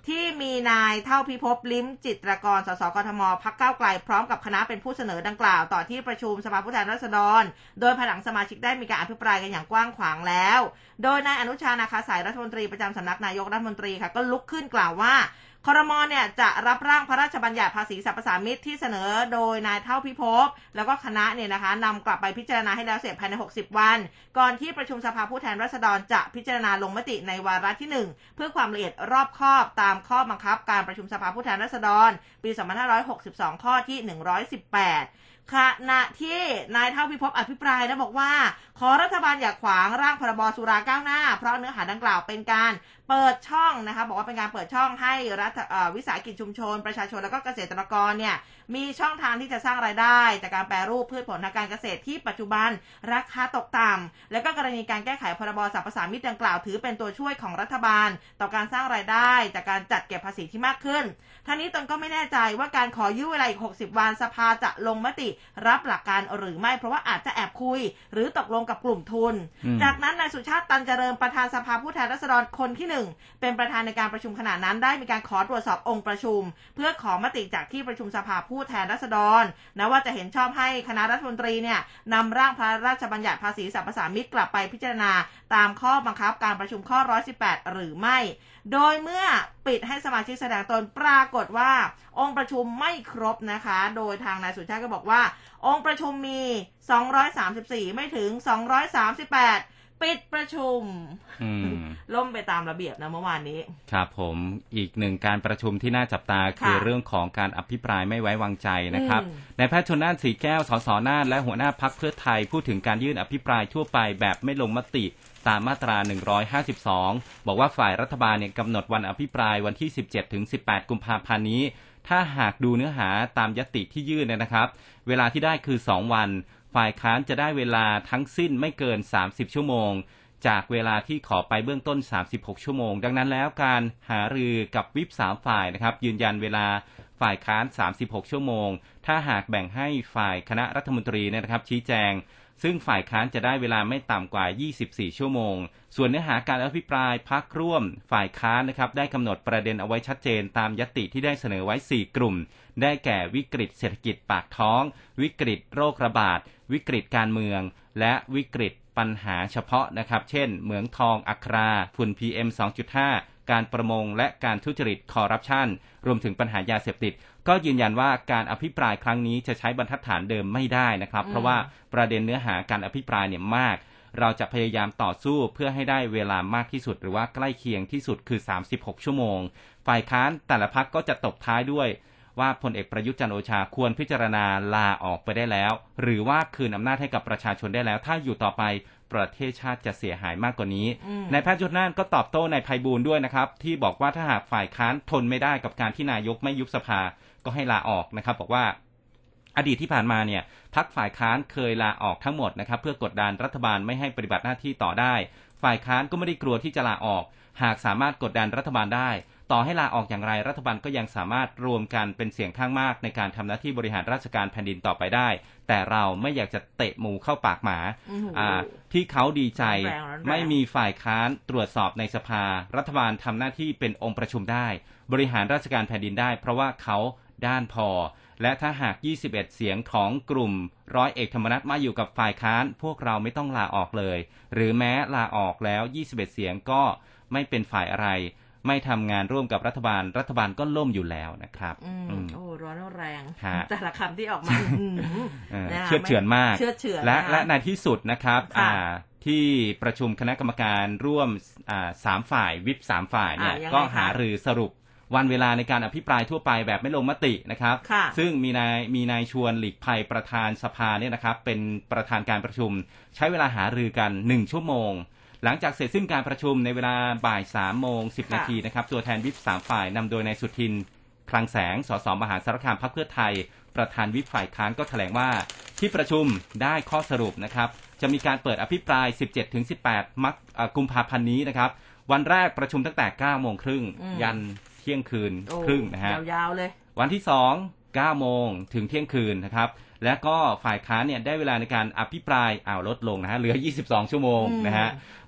ที่มีนายเท่าพิภพลิ้มจิตรกรสสกทมพรรคก้าวไกลพร้อมกับคณะเป็นผู้เสนอดังกล่าวต่อที่ประชุมสภาผู้แทนราษฎรโดยภายหลังสมาชิกได้มีการอภิปรายกันอย่างกว้างขวางแล้วโดยนายอนุชานาคาสายรัฐมนตรีประจำสำนักนายกรัฐมนตรีค่ะก็ลุกขึ้นกล่าวว่าครม.เนี่ยจะรับร่างพระราชบัญญัติภาษีสรรพสามิตที่เสนอโดยนายเท่าพิภพแล้วก็คณะเนี่ยนะคะนำกลับไปพิจารณาให้แล้วเสร็จภายในหกสิบวันก่อนที่ประชุมสภาผู้แทนราษฎรจะพิจารณาลงมติในวาระที่หนึ่งเพื่อความละเอียดรอบคอบตามข้อบังคับการประชุมสภาผู้แทนราษฎรปีสองพันห้าร้อยหกสิบสองข้อที่หนึ่งร้อยสิบแปดขณะที่นายเท่าพิภพอภิปรายนะบอกว่าขอรัฐบาลอย่าขวางร่างพรบสุราก้าวหน้าเพราะเนื้อหาดังกล่าวเป็นการเปิดช่องนะคะบอกว่าเป็นการเปิดช่องให้รัฐวิสาหกิจชุมชนประชาชนและก็เกษตรกรเนี่ยมีช่องทางที่จะสร้างรายได้จากการแปรรูปพืชผลทางการเกษตรที่ปัจจุบันราคาตกต่ำและก็กรณีการแก้ไขพรบสรรพสามิตดังกล่าวถือเป็นตัวช่วยของรัฐบาลต่อการสร้างรายได้จากการจัดเก็บภาษีที่มากขึ้นทั้งนี้ตนก็ไม่แน่ใจว่าการขอยื้อเวลาอีกหกสิบวันสภาจะลงมติรับหลักการหรือไม่เพราะว่าอาจจะแอบคุยหรือตกลงกับกลุ่มทุนจากนั้นนายสุชาติตันเจริญประธานสภาผู้แทนราษฎรคนที่หนึ่งเป็นประธานในการประชุมขณะนั้นได้มีการขอตรวจสอบองค์ประชุมเพื่อขอมติจากที่ประชุมสภาผู้แทนราษฎรนะว่าจะเห็นชอบให้คณะรัฐมนตรีเนี่ยนำร่างพระราชบัญญัติภาษีสรรพสามิตกลับไปพิจารณาตามข้อบังคับการประชุมข้อหนึ่งร้อยสิบแปดหรือไม่โดยเมื่อปิดให้สมาชิกแสดงตนปรากฏว่าองค์ประชุมไม่ครบนะคะโดยทางนายสุชาติก็บอกว่าองค์ประชุมมีสองร้อยสามสิบสี่ไม่ถึงสองร้อยสามสิบแปดปิดประชุมล่มไปตามระเบียบนะเมื่อวานนี้ครับผมอีกหนึ่งการประชุมที่น่าจับตาคือเรื่องของการอภิปรายไม่ไว้วางใจนะครับนายแพทย์ชลน่าน สีแก้วสสน่านและหัวหน้าพรรคเพื่อไทยพูดถึงการยื่นอภิปรายทั่วไปแบบไม่ลงมติตามมาตราหนึ่งร้อยห้าสิบสองบอกว่าฝ่ายรัฐบาลเนี่ยกำหนดวันอภิปรายวันที่สิบเจ็ดถึงสิบแปดกุมภาพันธ์นี้ถ้าหากดูเนื้อหาตามญัตติที่ยื่นนะครับเวลาที่ได้คือสองวันฝ่ายค้านจะได้เวลาทั้งสิ้นไม่เกินสามสิบชั่วโมงจากเวลาที่ขอไปเบื้องต้นสามสิบหกชั่วโมงดังนั้นแล้วการหารือกับวิปสามฝ่ายนะครับยืนยันเวลาฝ่ายค้านสามสิบหกชั่วโมงถ้าหากแบ่งให้ฝ่ายคณะรัฐมนตรีเนี่ยนะครับชี้แจงซึ่งฝ่ายค้านจะได้เวลาไม่ต่ำกว่ายี่สิบสี่ชั่วโมงส่วนเนื้อหาการอภิปรายพรรคร่วมฝ่ายค้านนะครับได้กำหนดประเด็นเอาไว้ชัดเจนตามญัตติที่ได้เสนอไว้สี่กลุ่มได้แก่วิกฤตเศรษฐกิจปากท้องวิกฤตโรคระบาดวิกฤตการเมืองและวิกฤตปัญหาเฉพาะนะครับเช่นเหมืองทองอัคราฝุ่น พี เอ็ม สองจุดห้า การประมงและการทุจริตคอร์รัปชันรวมถึงปัญหายาเสพติดก็ยืนยันว่าการอภิปรายครั้งนี้จะใช้บรรทัดฐานเดิมไม่ได้นะครับเพราะว่าประเด็นเนื้อหาการอภิปรายเนี่ยมากเราจะพยายามต่อสู้เพื่อให้ได้เวลามากที่สุดหรือว่าใกล้เคียงที่สุดคือสามสิบหกชั่วโมงฝ่ายค้านแต่ละพรรคก็จะตบท้ายด้วยว่าพลเอกประยุทธ์จันทร์โอชาควรพิจารณาลาออกไปได้แล้วหรือว่าคืนอำนาจให้กับประชาชนได้แล้วถ้าอยู่ต่อไปประเทศชาติจะเสียหายมากกว่านี้นายแพทย์ชลน่านก็ตอบโต้นายไพบูลย์ด้วยนะครับที่บอกว่าถ้าหากฝ่ายค้านทนไม่ได้กับการที่นายกไม่ยุบสภาก็ให้ลาออกนะครับบอกว่าอดีตที่ผ่านมาเนี่ยพรรคฝ่ายค้านเคยลาออกทั้งหมดนะครับเพื่อกดดันรัฐบาลไม่ให้ปฏิบัติหน้าที่ต่อได้ฝ่ายค้านก็ไม่ได้กลัวที่จะลาออกหากสามารถกดดันรัฐบาลได้ต่อให้ลาออกอย่างไรรัฐบาลก็ยังสามารถรวมกันเป็นเสียงข้างมากในการทำหน้าที่บริหารราชการแผ่นดินต่อไปได้แต่เราไม่อยากจะเตะหมูเข้าปากหมาที่เขาดีใจไม่มีฝ่ายค้านตรวจสอบในสภารัฐบาลทำหน้าที่เป็นองค์ประชุมได้บริหารราชการแผ่นดินได้เพราะว่าเขาด้านพอและถ้าหากยี่สิบเอ็ดเสียงของกลุ่มร้อยเอกธรรมนัสมาอยู่กับฝ่ายค้านพวกเราไม่ต้องลาออกเลยหรือแม้ลาออกแล้วยี่สิบเอ็ดเสียงก็ไม่เป็นฝ่ายอะไรไม่ทำงานร่วมกับรัฐบาลรัฐบาลก็ล่มอยู่แล้วนะครับโอ้ร้อนแรงแต่ละคำที่ออกมาเชื่อเฉือนมากและและในที่สุดนะครับที่ประชุมคณะกรรมการร่วมสามฝ่ายวิปสามฝ่ายเนี่ยก็หารือสรุปวันเวลาในการอภิปรายทั่วไปแบบไม่ลงมตินะครับซึ่งมีนายมีนายชวนหลีกภัยประธานสภาเนี่ยนะครับเป็นประธานการประชุมใช้เวลาหารือกันหนึ่งชั่วโมงหลังจากเสร็จสิ้นการประชุมในเวลาบ่ายสามโมงสิบนาทีนะครับตัวแทนวิปสามฝ่ายนำโดยนายสุทินคลังแสงสสมหาสารคามพรรคเพื่อไทยประธานวิปฝ่ายค้านก็แถลงว่าที่ประชุมได้ข้อสรุปนะครับจะมีการเปิดอภิปราย สิบเจ็ดถึงสิบแปด มกุมภาพันธ์นี้นะครับวันแรกประชุมตั้งแต่เก้าโมงครึ่งยันเที่ยงคืนครึ่งนะฮะยาวๆเลยวันที่สอง เก้าโมงถึงเที่ยงคืนนะครับและก็ฝ่ายค้านเนี่ยได้เวลาในการอภิปรายอ้าวลดลงนะฮะเหลือยี่สิบสองชั่วโมงนะฮะ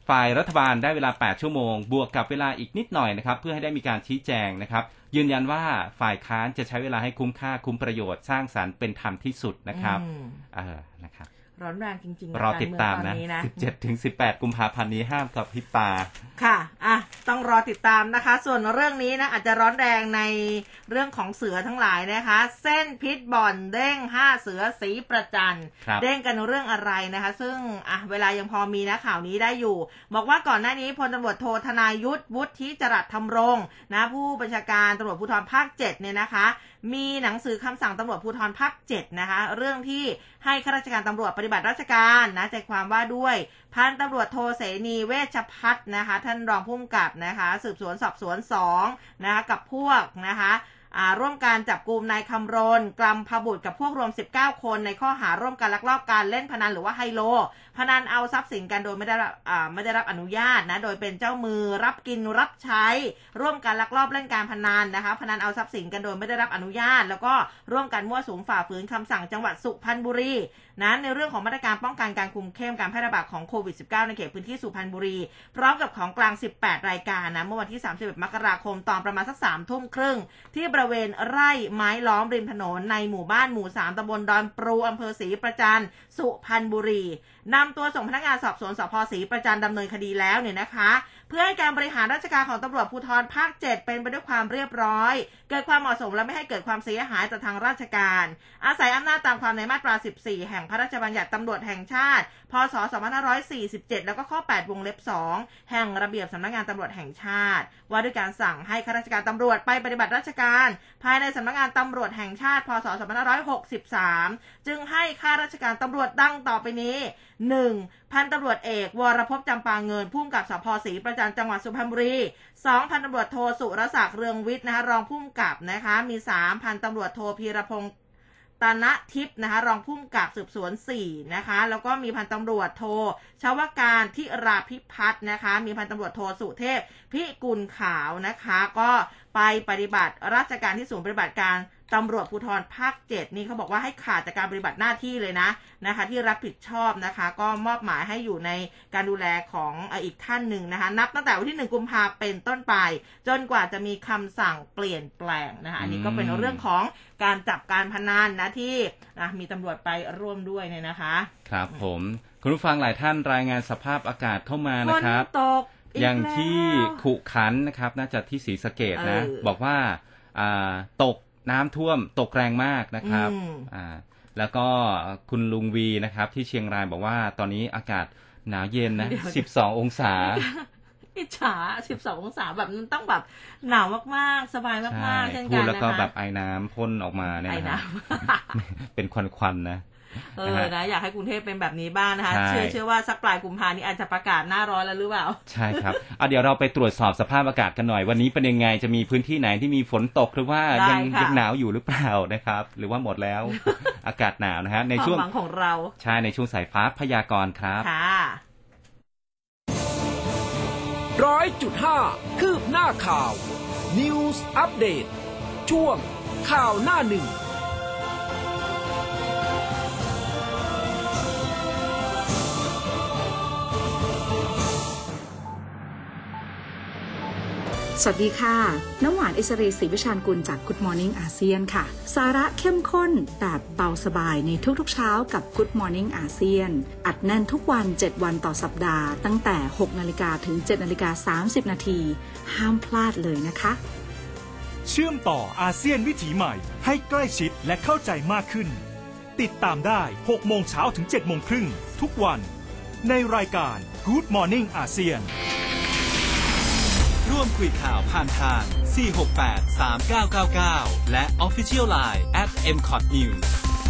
ฝ่ายรัฐบาลได้เวลาแปดชั่วโมงบวกกับเวลาอีกนิดหน่อยนะครับเพื่อให้ได้มีการชี้แจงนะครับยืนยันว่าฝ่ายค้านจะใช้เวลาให้คุ้มค่าคุ้มประโยชน์สร้างสรรค์เป็นธรรมที่สุดนะครับเออนะครับร้อนแรงจริงๆรอติดตามนะ สิบเจ็ดถึงสิบแปด กุมภาพันธ์นี้ห้ามกับพริบตาค่ะอ่ะต้องรอติดตามนะคะส่วนเรื่องนี้นะอาจจะร้อนแรงในเรื่องของเสือทั้งหลายนะคะเส้นพิษบ่อนเด้งห้าเสือสีประจันเด้งกันเรื่องอะไรนะคะซึ่งอ่ะเวลายังพอมีนะข่าวนี้ได้อยู่บอกว่าก่อนหน้านี้พลตำรวจโทธนายุทธวุฒิจรัสธรรมรงค์นะผู้บัญชาการตำรวจภูธรภาคเจ็ดเนี่ยนะคะมีหนังสือคำสั่งตำรวจภูธรภาคเจ็ดนะคะเรื่องที่ให้ข้าราชการตำรวจปฏิบัติราชการนะใจความว่าด้วยพันตำรวจโทเสนีเวชพัฒน์นะคะท่านรองผู้กำกับนะคะสืบสวนสอบสวนสองนะคะกับพวกนะคะร่วมการจับกุมนายคำรณกลัมพบุตรกับพวกรวมสิบเก้าคนในข้อหาร่วมกันลักลอบการเล่นพนันหรือว่าไฮโลพนันเอาทรัพย์สินกันโดยไม่ได้รับไม่ได้รับอนุญาตนะโดยเป็นเจ้ามือรับกินรับใช้ร่วมกันลักลอบเล่นการพนันนะคะพนันเอาทรัพย์สินกันโดยไม่ได้รับอนุญาตแล้วก็ร่วมกันมั่วสุมฝ่าฝืนคำสั่งจังหวัดสุพรรณบุรีนะในเรื่องของมาตรการป้องกันการคุมเข้มการแพร่ระบาดของโควิด สิบเก้า ในเขตพื้นที่สุพรรณบุรีพร้อมกับของกลางสิบแปดรายการนะเมื่อวันที่สามสิบเอ็ดมกราคมตอนประมาณสัก สามทุ่มครึ่งที่บริเวณไร่ไม้ล้อมริมถนนในหมู่บ้านหมู่สามตำบลดอนปรูอำเภอศรีประจันสุพรรณบุรีนำตัวส่งพนักงานสอบสวนสภ.ศรีประจันดำเนินคดีแล้วเนี่ยนะคะเพื่อให้การบริหารราชการของตำรวจภูธรภาคเจ็ดเป็นไปด้วยความเรียบร้อยเกิดความเหมาะสมและไม่ให้เกิดความเสียหายต่อทางราชการอาศัยอำนาจตามความในมาตราสิบสี่แห่งพระราชบัญญัติตำรวจแห่งชาติพ.ศ. สองพันห้าร้อยสี่สิบเจ็ดแล้วก็ข้อแปดวงเล็บสองแห่งระเบียบสำนักงานตำรวจแห่งชาติว่าด้วยการสั่งให้ข้าราชการตำรวจไปปฏิบัติราชการภายในสำนักงานตำรวจแห่งชาติพ.ศ. สองพันห้าร้อยหกสิบสามจึงให้ข้าราชการตำรวจดังต่อไปนี้ หนึ่ง. พันตำรวจเอกวรภพจำปาเงินผู้กำกับสภ.ศรีประจันจังหวัดสุพรรณบุรีสองพันตำรวจโทสุรศักดิ์เรืองวิทย์นะคะรองผู้กำกับนะคะมีสามพันตำรวจโทพีรพงศ์ตานะทิพย์นะคะรองผู้กำกับสืบสวนสี่นะคะแล้วก็มีพันตำรวจโทชวการทิราพิพัฒน์นะคะมีพันตำรวจโทสุเทพพิกุลขาวนะคะก็ไปปฏิบัติราชการที่ศูนย์ปฏิบัติการตำรวจภูธรภาคเจ็ดนี่เขาบอกว่าให้ขาดจากการปฏิบัติหน้าที่เลยนะนะคะที่รับผิดชอบนะคะก็มอบหมายให้อยู่ในการดูแลของอีกท่านหนึ่งนะคะนับตั้งแต่วันที่หนึ่งกุมภาพันธ์เป็นต้นไปจนกว่าจะมีคำสั่งเปลี่ยนแปลงนะคะอันนี้ก็เป็นเรื่องของการจับการพนันนะที่มีตำรวจไปร่วมด้วยเนี่ยนะคะครับผมคุณผู้ฟังหลายท่านรายงานสภาพอากาศเข้ามานะครับฝนตกอย่างที่ขุขันนะครับน่าจะที่ศรีสะเกษนะบอกว่าตกน้ำท่วมตกแรงมากนะครับอ่าแล้วก็คุณลุงวีนะครับที่เชียงรายบอกว่าตอนนี้อากาศหนาวเย็นนะสิบสององศาอิจฉาสิบสององศาแบบนั้นต้องแบบหนาวมากๆสบายมากๆเช่นกันนะคะพูดแล้วก็แบบไอ้น้ำพ่นออกมาเนี่ยนะเป็นควันๆนะเออนะอยากให้กรุงเทพเป็นแบบนี้บ้างนะคะเชื่อเชื่อว่าสักปลายกุมภาพันธ์นี้อาจจะประกาศหน้าร้อนแล้วหรือเปล่าใช่ครับอ่ะเดี๋ยวเราไปตรวจสอบสภาพอากาศกันหน่อยวันนี้เป็นยังไงจะมีพื้นที่ไหนที่มีฝนตกหรือว่ายังยังหนาวอยู่หรือเปล่านะครับหรือว่าหมดแล้ว อากาศหนาวนะฮะในช่วงของเราใช่ในช่วงสายฟ้าพยากรณ์ครับค่ะร้อยจุดห้าคืบหน้าข่าว News Update ช่วงข่าวหน้าหนึ่งสวัสดีค่ะน้ำหวานอิสรีศรีวิชาญกุลจาก Good Morning อาเซียนค่ะสาระเข้มข้นแบบเบาสบายในทุกๆเช้ากับ Good Morning อาเซียนอัดแน่นทุกวันเจ็ดวันต่อสัปดาห์ตั้งแต่ หกนาฬิกา ถึง เจ็ดนาฬิกาสามสิบนาทีห้ามพลาดเลยนะคะเชื่อมต่ออาเซียนวิถีใหม่ให้ใกล้ชิดและเข้าใจมากขึ้นติดตามได้ หกโมงเช้าถึง เจ็ดโมงครึ่งทุกวันในรายการ Good Morning อาเซียนร่วมคุยข่าวผ่านทาง สี่ หก แปด สาม เก้า เก้า เก้า และ Official ไลน์ แอท เอ็ม คอท นิวส์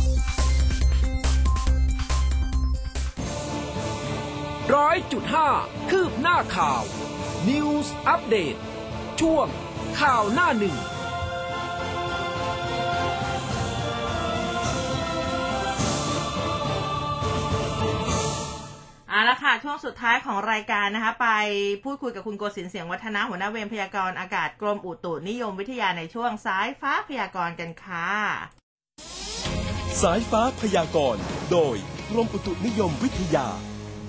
ร้อยจุดห้าคืบหน้าข่าว News Update ช่วงข่าวหน้าหนึ่งเอาละค่ะช่วงสุดท้ายของรายการนะคะไปพูดคุยกับคุณโกศินทร์เสียงวัฒนะหัวหน้าเวรพยากรณ์อากาศกรมอุตุนิยมวิทยาในช่วงสายฟ้าพยากรณ์กันค่ะสายฟ้าพยากรณ์โดยกรมอุตุนิยมวิทยาฝ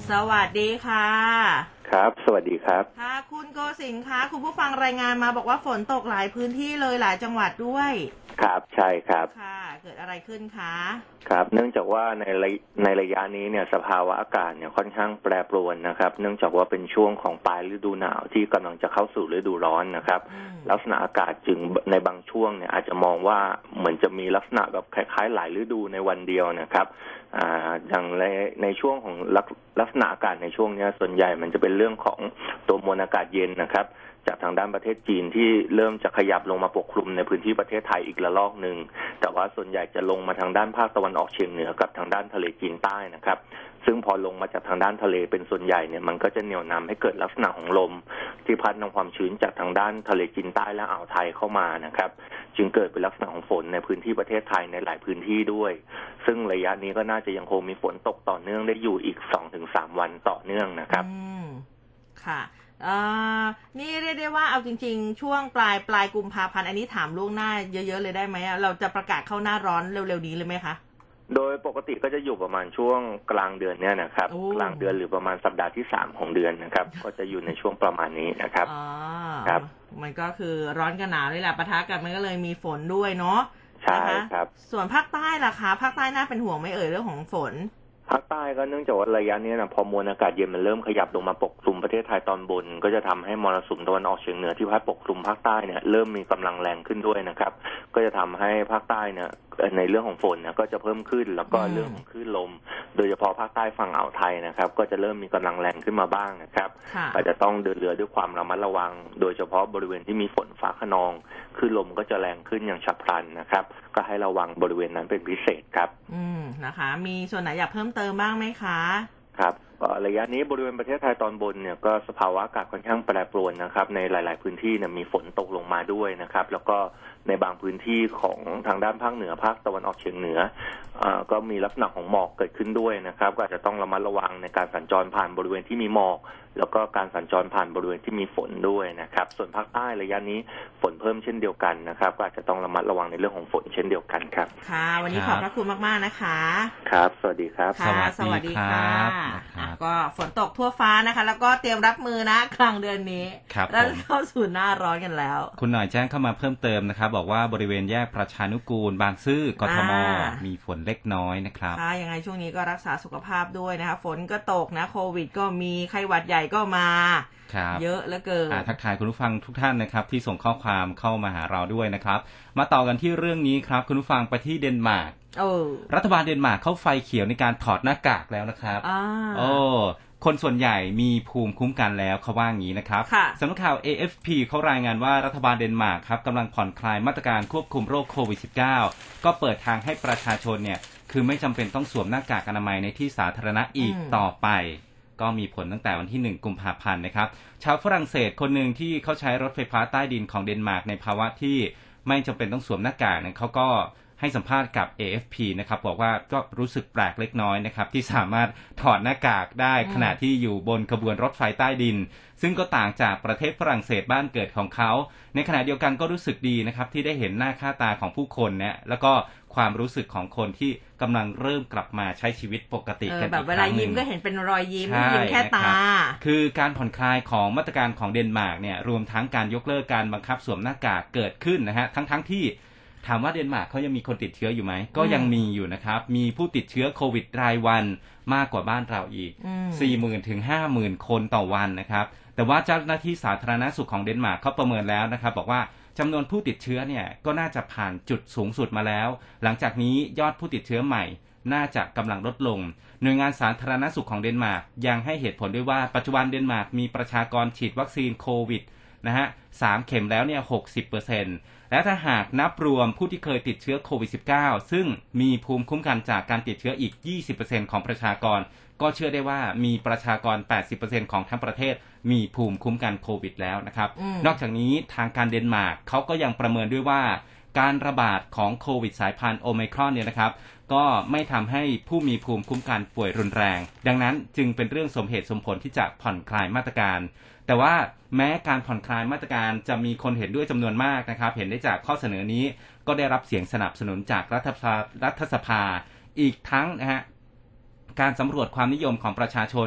สวัสดีค่ะครับสวัสดีครับค่ะคุณโกสินทร์คะคุณผู้ฟังรายงานมาบอกว่าฝนตกหลายพื้นที่เลยหลายจังหวัดด้วยครับใช่ครับค่ะเกิดอะไรขึ้นคะครับเนื่องจากว่าในในระยะนี้เนี่ยสภาวะอากาศเนี่ยค่อนข้างแปรปรวนนะครับเนื่องจากว่าเป็นช่วงของปลายฤดูหนาวที่กำลังจะเข้าสู่ฤดูร้อนนะครับลักษณะอากาศจึงในบางช่วงเนี่ยอาจจะมองว่าเหมือนจะมีลักษณะแบบคล้ายๆหลายฤดูในวันเดียวนะครับอ่าอย่างในในช่วงของลักษณะอากาศในช่วงนี้ส่วนใหญ่มันจะเป็นเรื่องของตัวมวลอากาศเย็นนะครับจากทางด้านประเทศจีนที่เริ่มจะขยับลงมาปกคลุมในพื้นที่ประเทศไทยอีกระลอกหนึ่งแต่ว่าส่วนใหญ่จะลงมาทางด้านภาคตะวันออกเฉียงเหนือกับทางด้านทะเลจีนใต้นะครับซึ่งพอลงมาจากทางด้านทะเลเป็นส่วนใหญ่เนี่ยมันก็จะเหนี่ยวนำให้เกิดลักษณะของลมที่พัดนำความชื้นจากทางด้านทะเลจีนใต้และอ่าวไทยเข้ามานะครับจึงเกิดเป็นลักษณะของฝนในพื้นที่ประเทศไทยในหลายพื้นที่ด้วยซึ่งระยะนี้ก็น่าจะยังคงมีฝนตกต่อเนื่องได้อยู่อีก สองถึงสาม วันต่อเนื่องนะครับอืมค่ะอ่านี่เรียกได้ว่าเอาจริงๆช่วงปลายปลายกุมภาพันธ์อันนี้ถามล่วงหน้าเยอะๆเลยได้ไหมเราจะประกาศเข้าหน้าร้อนเร็วๆนี้เลยไหมคะโดยปกติก็จะอยู่ประมาณช่วงกลางเดือนเนี่ยนะครับกลางเดือนหรือประมาณสัปดาห์ที่สามของเดือนนะครับก็จะอยู่ในช่วงประมาณนี้นะครับอ๋อครับมันก็คือร้อนกับหนาวนี่แหละปะทะกันมันก็เลยมีฝนด้วยเนาะใช่ครับส่วนภาคใต้ล่ะคะภาคใต้น่าเป็นห่วงไหมเอ่ยเรื่องของฝนภาคใต้ก็เนื่องจากว่าระยะนี้นะพอมวลอากาศเย็นมันเริ่มขยับลงมาปกคลุมประเทศไทยตอนบนก็จะทำให้มรสุมตะวันออกเฉียงเหนือที่พัดปกคลุมภาคใต้เนี่ยเริ่มมีกำลังแรงขึ้นด้วยนะครับก็จะทำให้ภาคใต้เนี่ยในเรื่องของฝนเนี่ยก็จะเพิ่มขึ้นแล้วก็เรื่องของคลื่นลมโดยเฉพาะภาคใต้ฝั่งอ่าวไทยนะครับก็จะเริ่มมีกำลังแรงขึ้นมาบ้างนะครับอาจจะต้องเดินเรือด้วยความระมัดระวังโดยเฉพาะบริเวณที่มีฝนฟ้าคะนองคลื่นลมก็จะแรงขึ้นอย่างฉับพลันนะครับก็ให้ระวังบริเวณนั้นเป็นพิเศษครับอืมนะคะมีส่วนไหนอยากเพิ่มเติมบ้างไหมคะครับระยะนี้บริเวณประเทศไทยตอนบนเนี่ยก็สภาวะอากาศค่อนข้างแปรปรวนนะครับในหลายๆพื้นที่เนี่ยมีฝนตกลงมาด้วยนะครับแล้วก็ในบางพื้นที่ของทางด้านภาคเหนือภาคตะวันออกเฉียงเหนืออ่าก็มีลักษณะของหมอกเกิดขึ้นด้วยนะครับก็อาจจะต้องระมัดระวังในการสัญจรผ่านบริเวณที่มีหมอกแล้วก็การสัญจรผ่านบริเวณที่มีฝนด้วยนะครับส่วนภาคใต้ระยะนี้ฝนเพิ่มเช่นเดียวกันนะครับก็อาจจะต้องระมัดระวังในเรื่องของฝนเช่นเดียวกันครับค่ะวันนี้ขอบพระคุณมากๆนะคะครับสวัสดีครับค่ะสวัสดีค่ะก็ฝนตกทั่วฟ้านะคะแล้วก็เตรียมรับมือนะกลางเดือนนี้แล้วเข้าสู่หน้าร้อนกันแล้วคุณหน่อยแจ้งเข้ามาเพิ่มเติมนะครับบอกว่าบริเวณแยกประชานุกูลบางซื่อกทมมีฝนเล็กน้อยนะครับค่ะยังไงช่วงนี้ก็รักษาสุขภาพด้วยนะคะฝนก็ตกนะโควิดก็มีไข้หวัดใหญ่ก็มาเยอะเหลือเกินทักทายคุณผู้ฟังทุกท่านนะครับที่ส่งข้อความเข้ามาหาเราด้วยนะครับมาต่อกันที่เรื่องนี้ครับคุณผู้ฟังไปที่เดนมาร์กรัฐบาลเดนมาร์กเข้าไฟเขียวในการถอดหน้ากากแล้วนะครับโอ้คนส่วนใหญ่มีภูมิคุ้มกันแล้วเขาว่าอย่างนี้นะครับสำนักข่าว เอ เอฟ พี เขารายงานว่ารัฐบาลเดนมาร์กครับกำลังผ่อนคลายมาตรการควบคุมโรคโควิด สิบเก้า ก็เปิดทางให้ประชาชนเนี่ยคือไม่จำเป็นต้องสวมหน้ากากอนามัยในที่สาธารณะอีกต่อไปก็มีผลตั้งแต่วันที่หนึ่งกุมภาพันธ์นะครับชาวฝรั่งเศสคนหนึ่งที่เขาใช้รถไฟฟ้าใต้ดินของเดนมาร์กในภาวะที่ไม่จำเป็นต้องสวมหน้ากากเนี่ยเขาก็ให้สัมภาษณ์กับ เอ เอฟ พี นะครับบอกว่าก็รู้สึกแปลกเล็กน้อยนะครับที่สามารถถอดหน้ากากได้ขณะที่อยู่บนขบวนรถไฟใต้ดินซึ่งก็ต่างจากประเทศฝรั่งเศสบ้านเกิดของเขาในขณะเดียวกันก็รู้สึกดีนะครับที่ได้เห็นหน้าค่าตาของผู้คนเนี่ยแล้วก็ความรู้สึกของคนที่กำลังเริ่มกลับมาใช้ชีวิตปกติกันอีกครั้งหนึ่งแบบเวลายิ้มก็เห็นเป็นรอยยิ้มยิ้มแค่ตาคือการผ่อนคลายของมาตรการของเดนมาร์กเนี่ยรวมทั้งการยกเลิกการบังคับสวมหน้ากากเกิดขึ้นนะฮะทั้งๆที่ถามว่าเดนมาร์กเขายังมีคนติดเชื้ออยู่ไหมก็ยังมีอยู่นะครับมีผู้ติดเชื้อโควิดรายวันมากกว่าบ้านเราอีก สี่หมื่น ถึง ห้าหมื่น คนต่อวันนะครับแต่ว่าเจ้าหน้าที่สาธารณสุขของเดนมาร์กเขาประเมินแล้วนะครับบอกว่าจำนวนผู้ติดเชื้อเนี่ยก็น่าจะผ่านจุดสูงสุดมาแล้วหลังจากนี้ยอดผู้ติดเชื้อใหม่น่าจะกำลังลดลงหน่วยงานสาธารณสุขของเดนมาร์กยังให้เหตุผลด้วยว่าปัจจุบันเดนมาร์กมีประชากรฉีดวัคซีนโควิดนะฮะสามเข็มแล้วเนี่ย หกสิบเปอร์เซ็นต์ และถ้าหากนับรวมผู้ที่เคยติดเชื้อโควิด สิบเก้า ซึ่งมีภูมิคุ้มกันจากการติดเชื้ออีก ยี่สิบเปอร์เซ็นต์ ของประชากรก็เชื่อได้ว่ามีประชากร แปดสิบเปอร์เซ็นต์ ของทั้งประเทศมีภูมิคุ้มกันโควิดแล้วนะครับนอกจากนี้ทางการเดนมาร์กเขาก็ยังประเมินด้วยว่าการระบาดของโควิดสายพันธุ์โอไมครอนเนี่ยนะครับก็ไม่ทำให้ผู้มีภูมิคุ้มกันป่วยรุนแรงดังนั้นจึงเป็นเรื่องสมเหตุสมผลที่จะผ่อนคลายมาตรการแต่ว่าแม้การผ่อนคลายมาตรการจะมีคนเห็นด้วยจำนวนมากนะครับเห็นได้จากข้อเสนอนี้ก็ได้รับเสียงสนับสนุนจากรัฐสภารัฐสภาอีกทั้งนะฮะการสำรวจความนิยมของประชาชน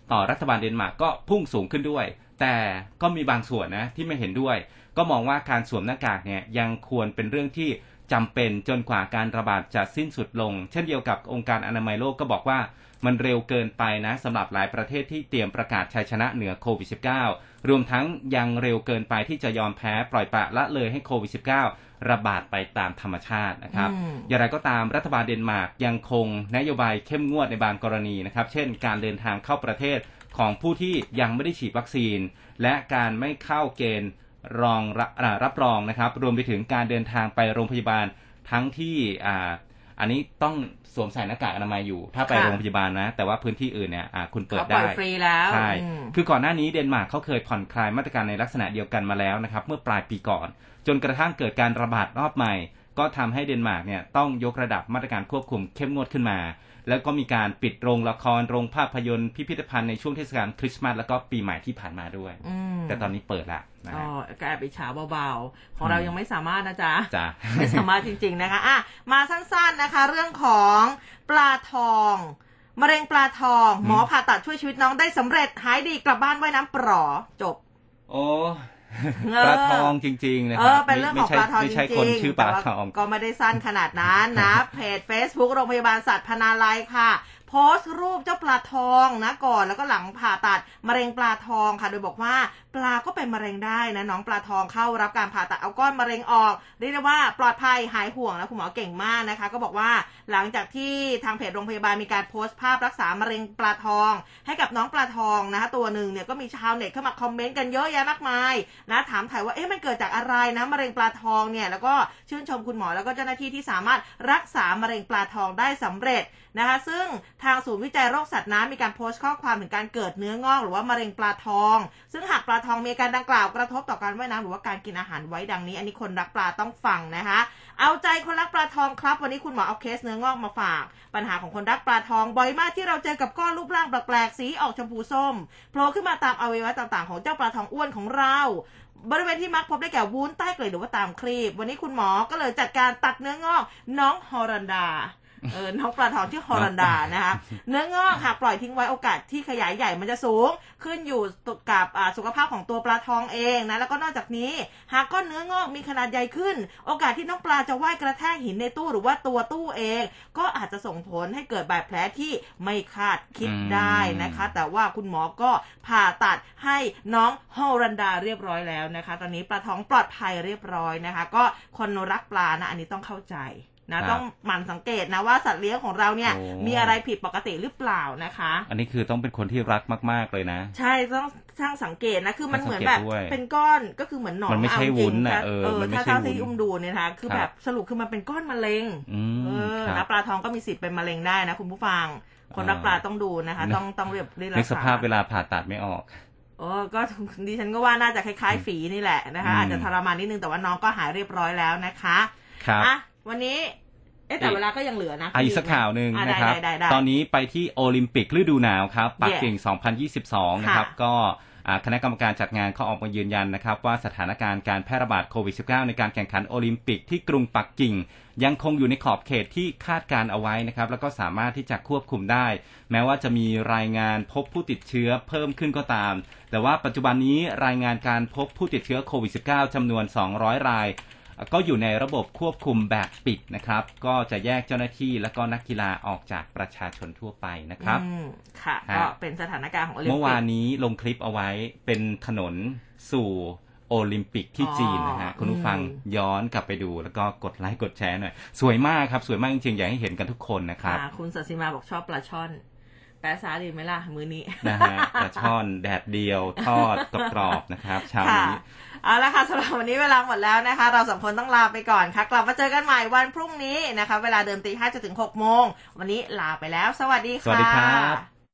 ต่อรัฐบาลเดนมาร์กก็พุ่งสูงขึ้นด้วยแต่ก็มีบางส่วนนะที่ไม่เห็นด้วยก็มองว่าการสวมหน้ากากเนี่ยยังควรเป็นเรื่องที่จำเป็นจนกว่าการระบาดจะสิ้นสุดลงเช่นเดียวกับองค์การอนามัยโลกก็บอกว่ามันเร็วเกินไปนะสำหรับหลายประเทศที่เตรียมประกาศชัยชนะเหนือโควิด สิบเก้า รวมทั้งยังเร็วเกินไปที่จะยอมแพ้ปล่อยปละละเลยให้โควิด สิบเก้า ระบาดไปตามธรรมชาตินะครับอย่างไรก็ตามรัฐบาลเดนมาร์กยังคงนโยบายเข้มงวดในบางกรณีนะครับเช่นการเดินทางเข้าประเทศของผู้ที่ยังไม่ได้ฉีดวัคซีนและการไม่เข้าเกณฑ์รองรับรองนะครับรวมไปถึงการเดินทางไปโรงพยาบาลทั้งที่อ่าอันนี้ต้องสวมใส่หน้ากากอนามัยอยู่ถ้าไปโรงพยาบาลนะแต่ว่าพื้นที่อื่นเนี่ยคุณเปิดได้ฟรีแล้วใช่คือก่อนหน้านี้เดนมาร์กเขาเคยผ่อนคลายมาตรการในลักษณะเดียวกันมาแล้วนะครับเมื่อปลายปีก่อนจนกระทั่งเกิดการระบาดรอบใหม่ก็ทำให้เดนมาร์กเนี่ยต้องยกระดับมาตรการควบคุมเข้มงวดขึ้นมาแล้วก็มีการปิดโรงละครโรงภาพยนตร์พิพิธภัณฑ์ในช่วงเทศกาลคริสต์มาสแล้วก็ปีใหม่ที่ผ่านมาด้วยแต่ตอนนี้เปิดแล้วนะอ๋อแกไปฉาเบาๆของเรายังไม่สามารถนะจ๊ะจ้ะไม่สามารถจริงๆนะคะอ่ะมาสั้นๆนะคะเรื่องของปลาทองมะเร็งปลาทองหมอผ่าตัดช่วยชีวิตน้องได้สำเร็จหายดีกลับบ้านว่ายน้ำปลอจบโอ้ปลาทองจริงๆนะครับเป็นเรื่องของปลาทองจริงๆไม่ใช่คนชื่อปลาทองก็ไม่ได้สั้นขนาดนั้นนะเพจ Facebook โรงพยาบาลสัตว์พนาลัยค่ะโพสต์รูปเจ้าปลาทองนะก่อนแล้วก็หลังผ่าตัดมะเร็งปลาทองค่ะโดยบอกว่าปลาก็เป็นมะเร็งได้นะน้องปลาทองเข้ารับการผ่าตัดเอาก้อนมะเร็งออกเรียกได้ว่าปลอดภัยหายห่วงนะคุณหมอเก่งมากนะคะก็บอกว่าหลังจากที่ทางเพจโรงพยาบาลมีการโพสต์ภาพรักษามะเร็งปลาทองให้กับน้องปลาทองนะคะตัวหนึ่งเนี่ยก็มีชาวเน็ตเข้ามาคอมเมนต์กันเยอะแยะมากมายนะถามถ่ายว่าเอ๊ะมันเกิดจากอะไรนะมะเร็งปลาทองเนี่ยแล้วก็ชื่นชมคุณหมอแล้วก็เจ้าหน้าที่ที่สามารถรักษามะเร็งปลาทองได้สำเร็จนะคะซึ่งทางศูนย์วิจัยโรคสัตว์น้ำมีการโพสต์ข้อความถึงการเกิดเนื้องอกหรือว่ามะเร็งปลาทองซึ่งหากปลาทองมีอาการดังกล่าวกระทบต่อการว่ายน้ำหรือว่าการกินอาหารไว้ดังนี้อันนี้คนรักปลาต้องฟังนะคะเอาใจคนรักปลาทองครับวันนี้คุณหมอเอาเคสเนื้องอกมาฝากปัญหาของคนรักปลาทองบ่อยมากที่เราเจอกับก้อนรูปร่างแปลกๆสีออกชมพูส้มโผล่ขึ้นมาตามอวัยวะต่างๆของเจ้าปลาทองอ้วนของเราบริเวณที่มักพบได้แก่วุ้นใต้เกล็ดหรือว่าตามครีบวันนี้คุณหมอก็เลยจัดการตัดเนื้องอกน้องฮอลันดาเออน้องปลาทองที่ฮอลันดานะคะเนื้องอกหากปล่อยทิ้งไว้โอกาสที่ขยายใหญ่มันจะสูงขึ้นอยู่กับสุขภาพของตัวปลาทองเองนะแล้วก็นอกจากนี้หากก้อนเนื้องอกมีขนาดใหญ่ขึ้นโอกาสที่น้องปลาจะว่ายกระแทกหินในตู้หรือว่าตัวตู้เองก็อาจจะส่งผลให้เกิดบาดแผลที่ไม่คาดคิดได้นะคะแต่ว่าคุณหมอก็ผ่าตัดให้น้องฮอลันดาเรียบร้อยแล้วนะคะตอนนี้ปลาทองปลอดภัยเรียบร้อยนะคะก็คนรักปลานะอันนี้ต้องเข้าใจนะต้องหมั่นสังเกตนะว่าสัตว์เลี้ยงของเราเนี่ยมีอะไรผิดปกติหรือเปล่านะคะอันนี้คือต้องเป็นคนที่รักมากๆเลยนะใช่ต้องช่างสังเกตนะคือมันเหมือนแบบเป็นก้อนก็คือเหมือนหนองมันไม่ใช่วุ้นนะเออถ้าเท่าที่อุ้มดูเนี่ยนะคะคือแบบสรุปคือมันเป็นก้อนมะเร็งเออนะปลาทองก็มีสิทธิ์เป็นมะเร็งได้นะคุณผู้ฟังคนรักปลาต้องดูนะคะต้องต้องเรียบเรียบรักษาในสภาพเวลาผ่าตัดไม่ออกโอ้ก็ดิฉันก็ว่าน่าจะคล้ายๆฝีนี่แหละนะคะอาจจะทรมานนิดนึงแต่ว่าน้องก็หายเรียบร้อยแล้วนะคะครับอ่ะวันนี้เอ๊ะแต่เวลาก็ยังเหลือนะอีกสักข่าวนึงนะครับตอนนี้ไปที่โอลิมปิกฤดูหนาวครับปักกิ่งสองพันยี่สิบสองนะครับก็คณะกรรมการจัดงานเขาออกมายืนยันนะครับว่าสถานการณ์การแพร่ระบาดโควิด สิบเก้า ในการแข่งขันโอลิมปิกที่กรุงปักกิ่งยังคงอยู่ในขอบเขตที่คาดการเอาไว้นะครับแล้วก็สามารถที่จะควบคุมได้แม้ว่าจะมีรายงานพบผู้ติดเชื้อเพิ่มขึ้นก็ตามแต่ว่าปัจจุบันนี้รายงานการพบผู้ติดเชื้อโควิด สิบเก้า จำนวนสองร้อยรายก็อยู่ในระบบควบคุมแบบปิดนะครับก็จะแยกเจ้าหน้าที่และก็นักกีฬาออกจากประชาชนทั่วไปนะครับค่ะก็เป็นสถานการณ์ของโอลิมปิกเมื่อวานนี้ลงคลิปเอาไว้เป็นถนนสู่โอลิมปิกที่จีนนะฮะคุณผู้ฟังย้อนกลับไปดูแล้วก็กดไลค์กดแชร์หน่อยสวยมากครับสวยมากจริงๆอยากให้เห็นกันทุกคนนะครับคุณศศิมาบอกชอบปลาช่อนแปะซาดีไหมล่ะมื้อนี้นะฮะปลาช่อนแดดเดียวทอดกรอบๆนะครับเช้านี้เอาละค่ะสำหรับวันนี้เวลาหมดแล้วนะคะเราสองคนต้องลาไปก่อนค่ะกลับมาเจอกันใหม่วันพรุ่งนี้นะคะเวลาเดิมตีห้าจนถึงหกโมงวันนี้ลาไปแล้วสวัสดีค่ะสวัสดีครับ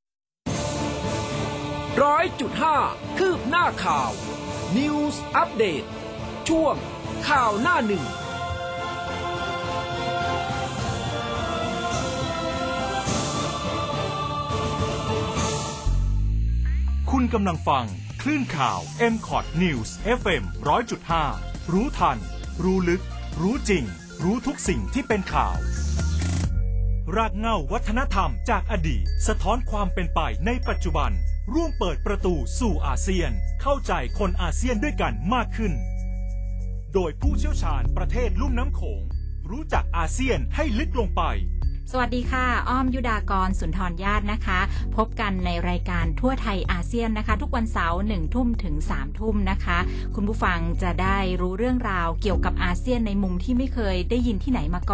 ร้อยจุดห้าคืบหน้าข่าว News Update ช่วงข่าวหน้าหนึ่งคุณกำลังฟังคลื่นข่าว เอ็ม คอท News เอฟ เอ็ม หนึ่งร้อยจุดห้า รู้ทันรู้ลึกรู้จริงรู้ทุกสิ่งที่เป็นข่าวรากเหง้าวัฒนธรรมจากอดีตสะท้อนความเป็นไปในปัจจุบันร่วมเปิดประตูสู่อาเซียนเข้าใจคนอาเซียนด้วยกันมากขึ้นโดยผู้เชี่ยวชาญประเทศลุ่มน้ำโขงรู้จักอาเซียนให้ลึกลงไปสวัสดีค่ะอ้อมยุดากรสุนทรญาตินะคะพบกันในรายการทั่วไทยอาเซียนนะคะทุกวันเสาร์หนึ่งทุ่มถึงสามทุ่มนะคะคุณผู้ฟังจะได้รู้เรื่องราวเกี่ยวกับอาเซียนในมุมที่ไม่เคยได้ยินที่ไหนมาก่อน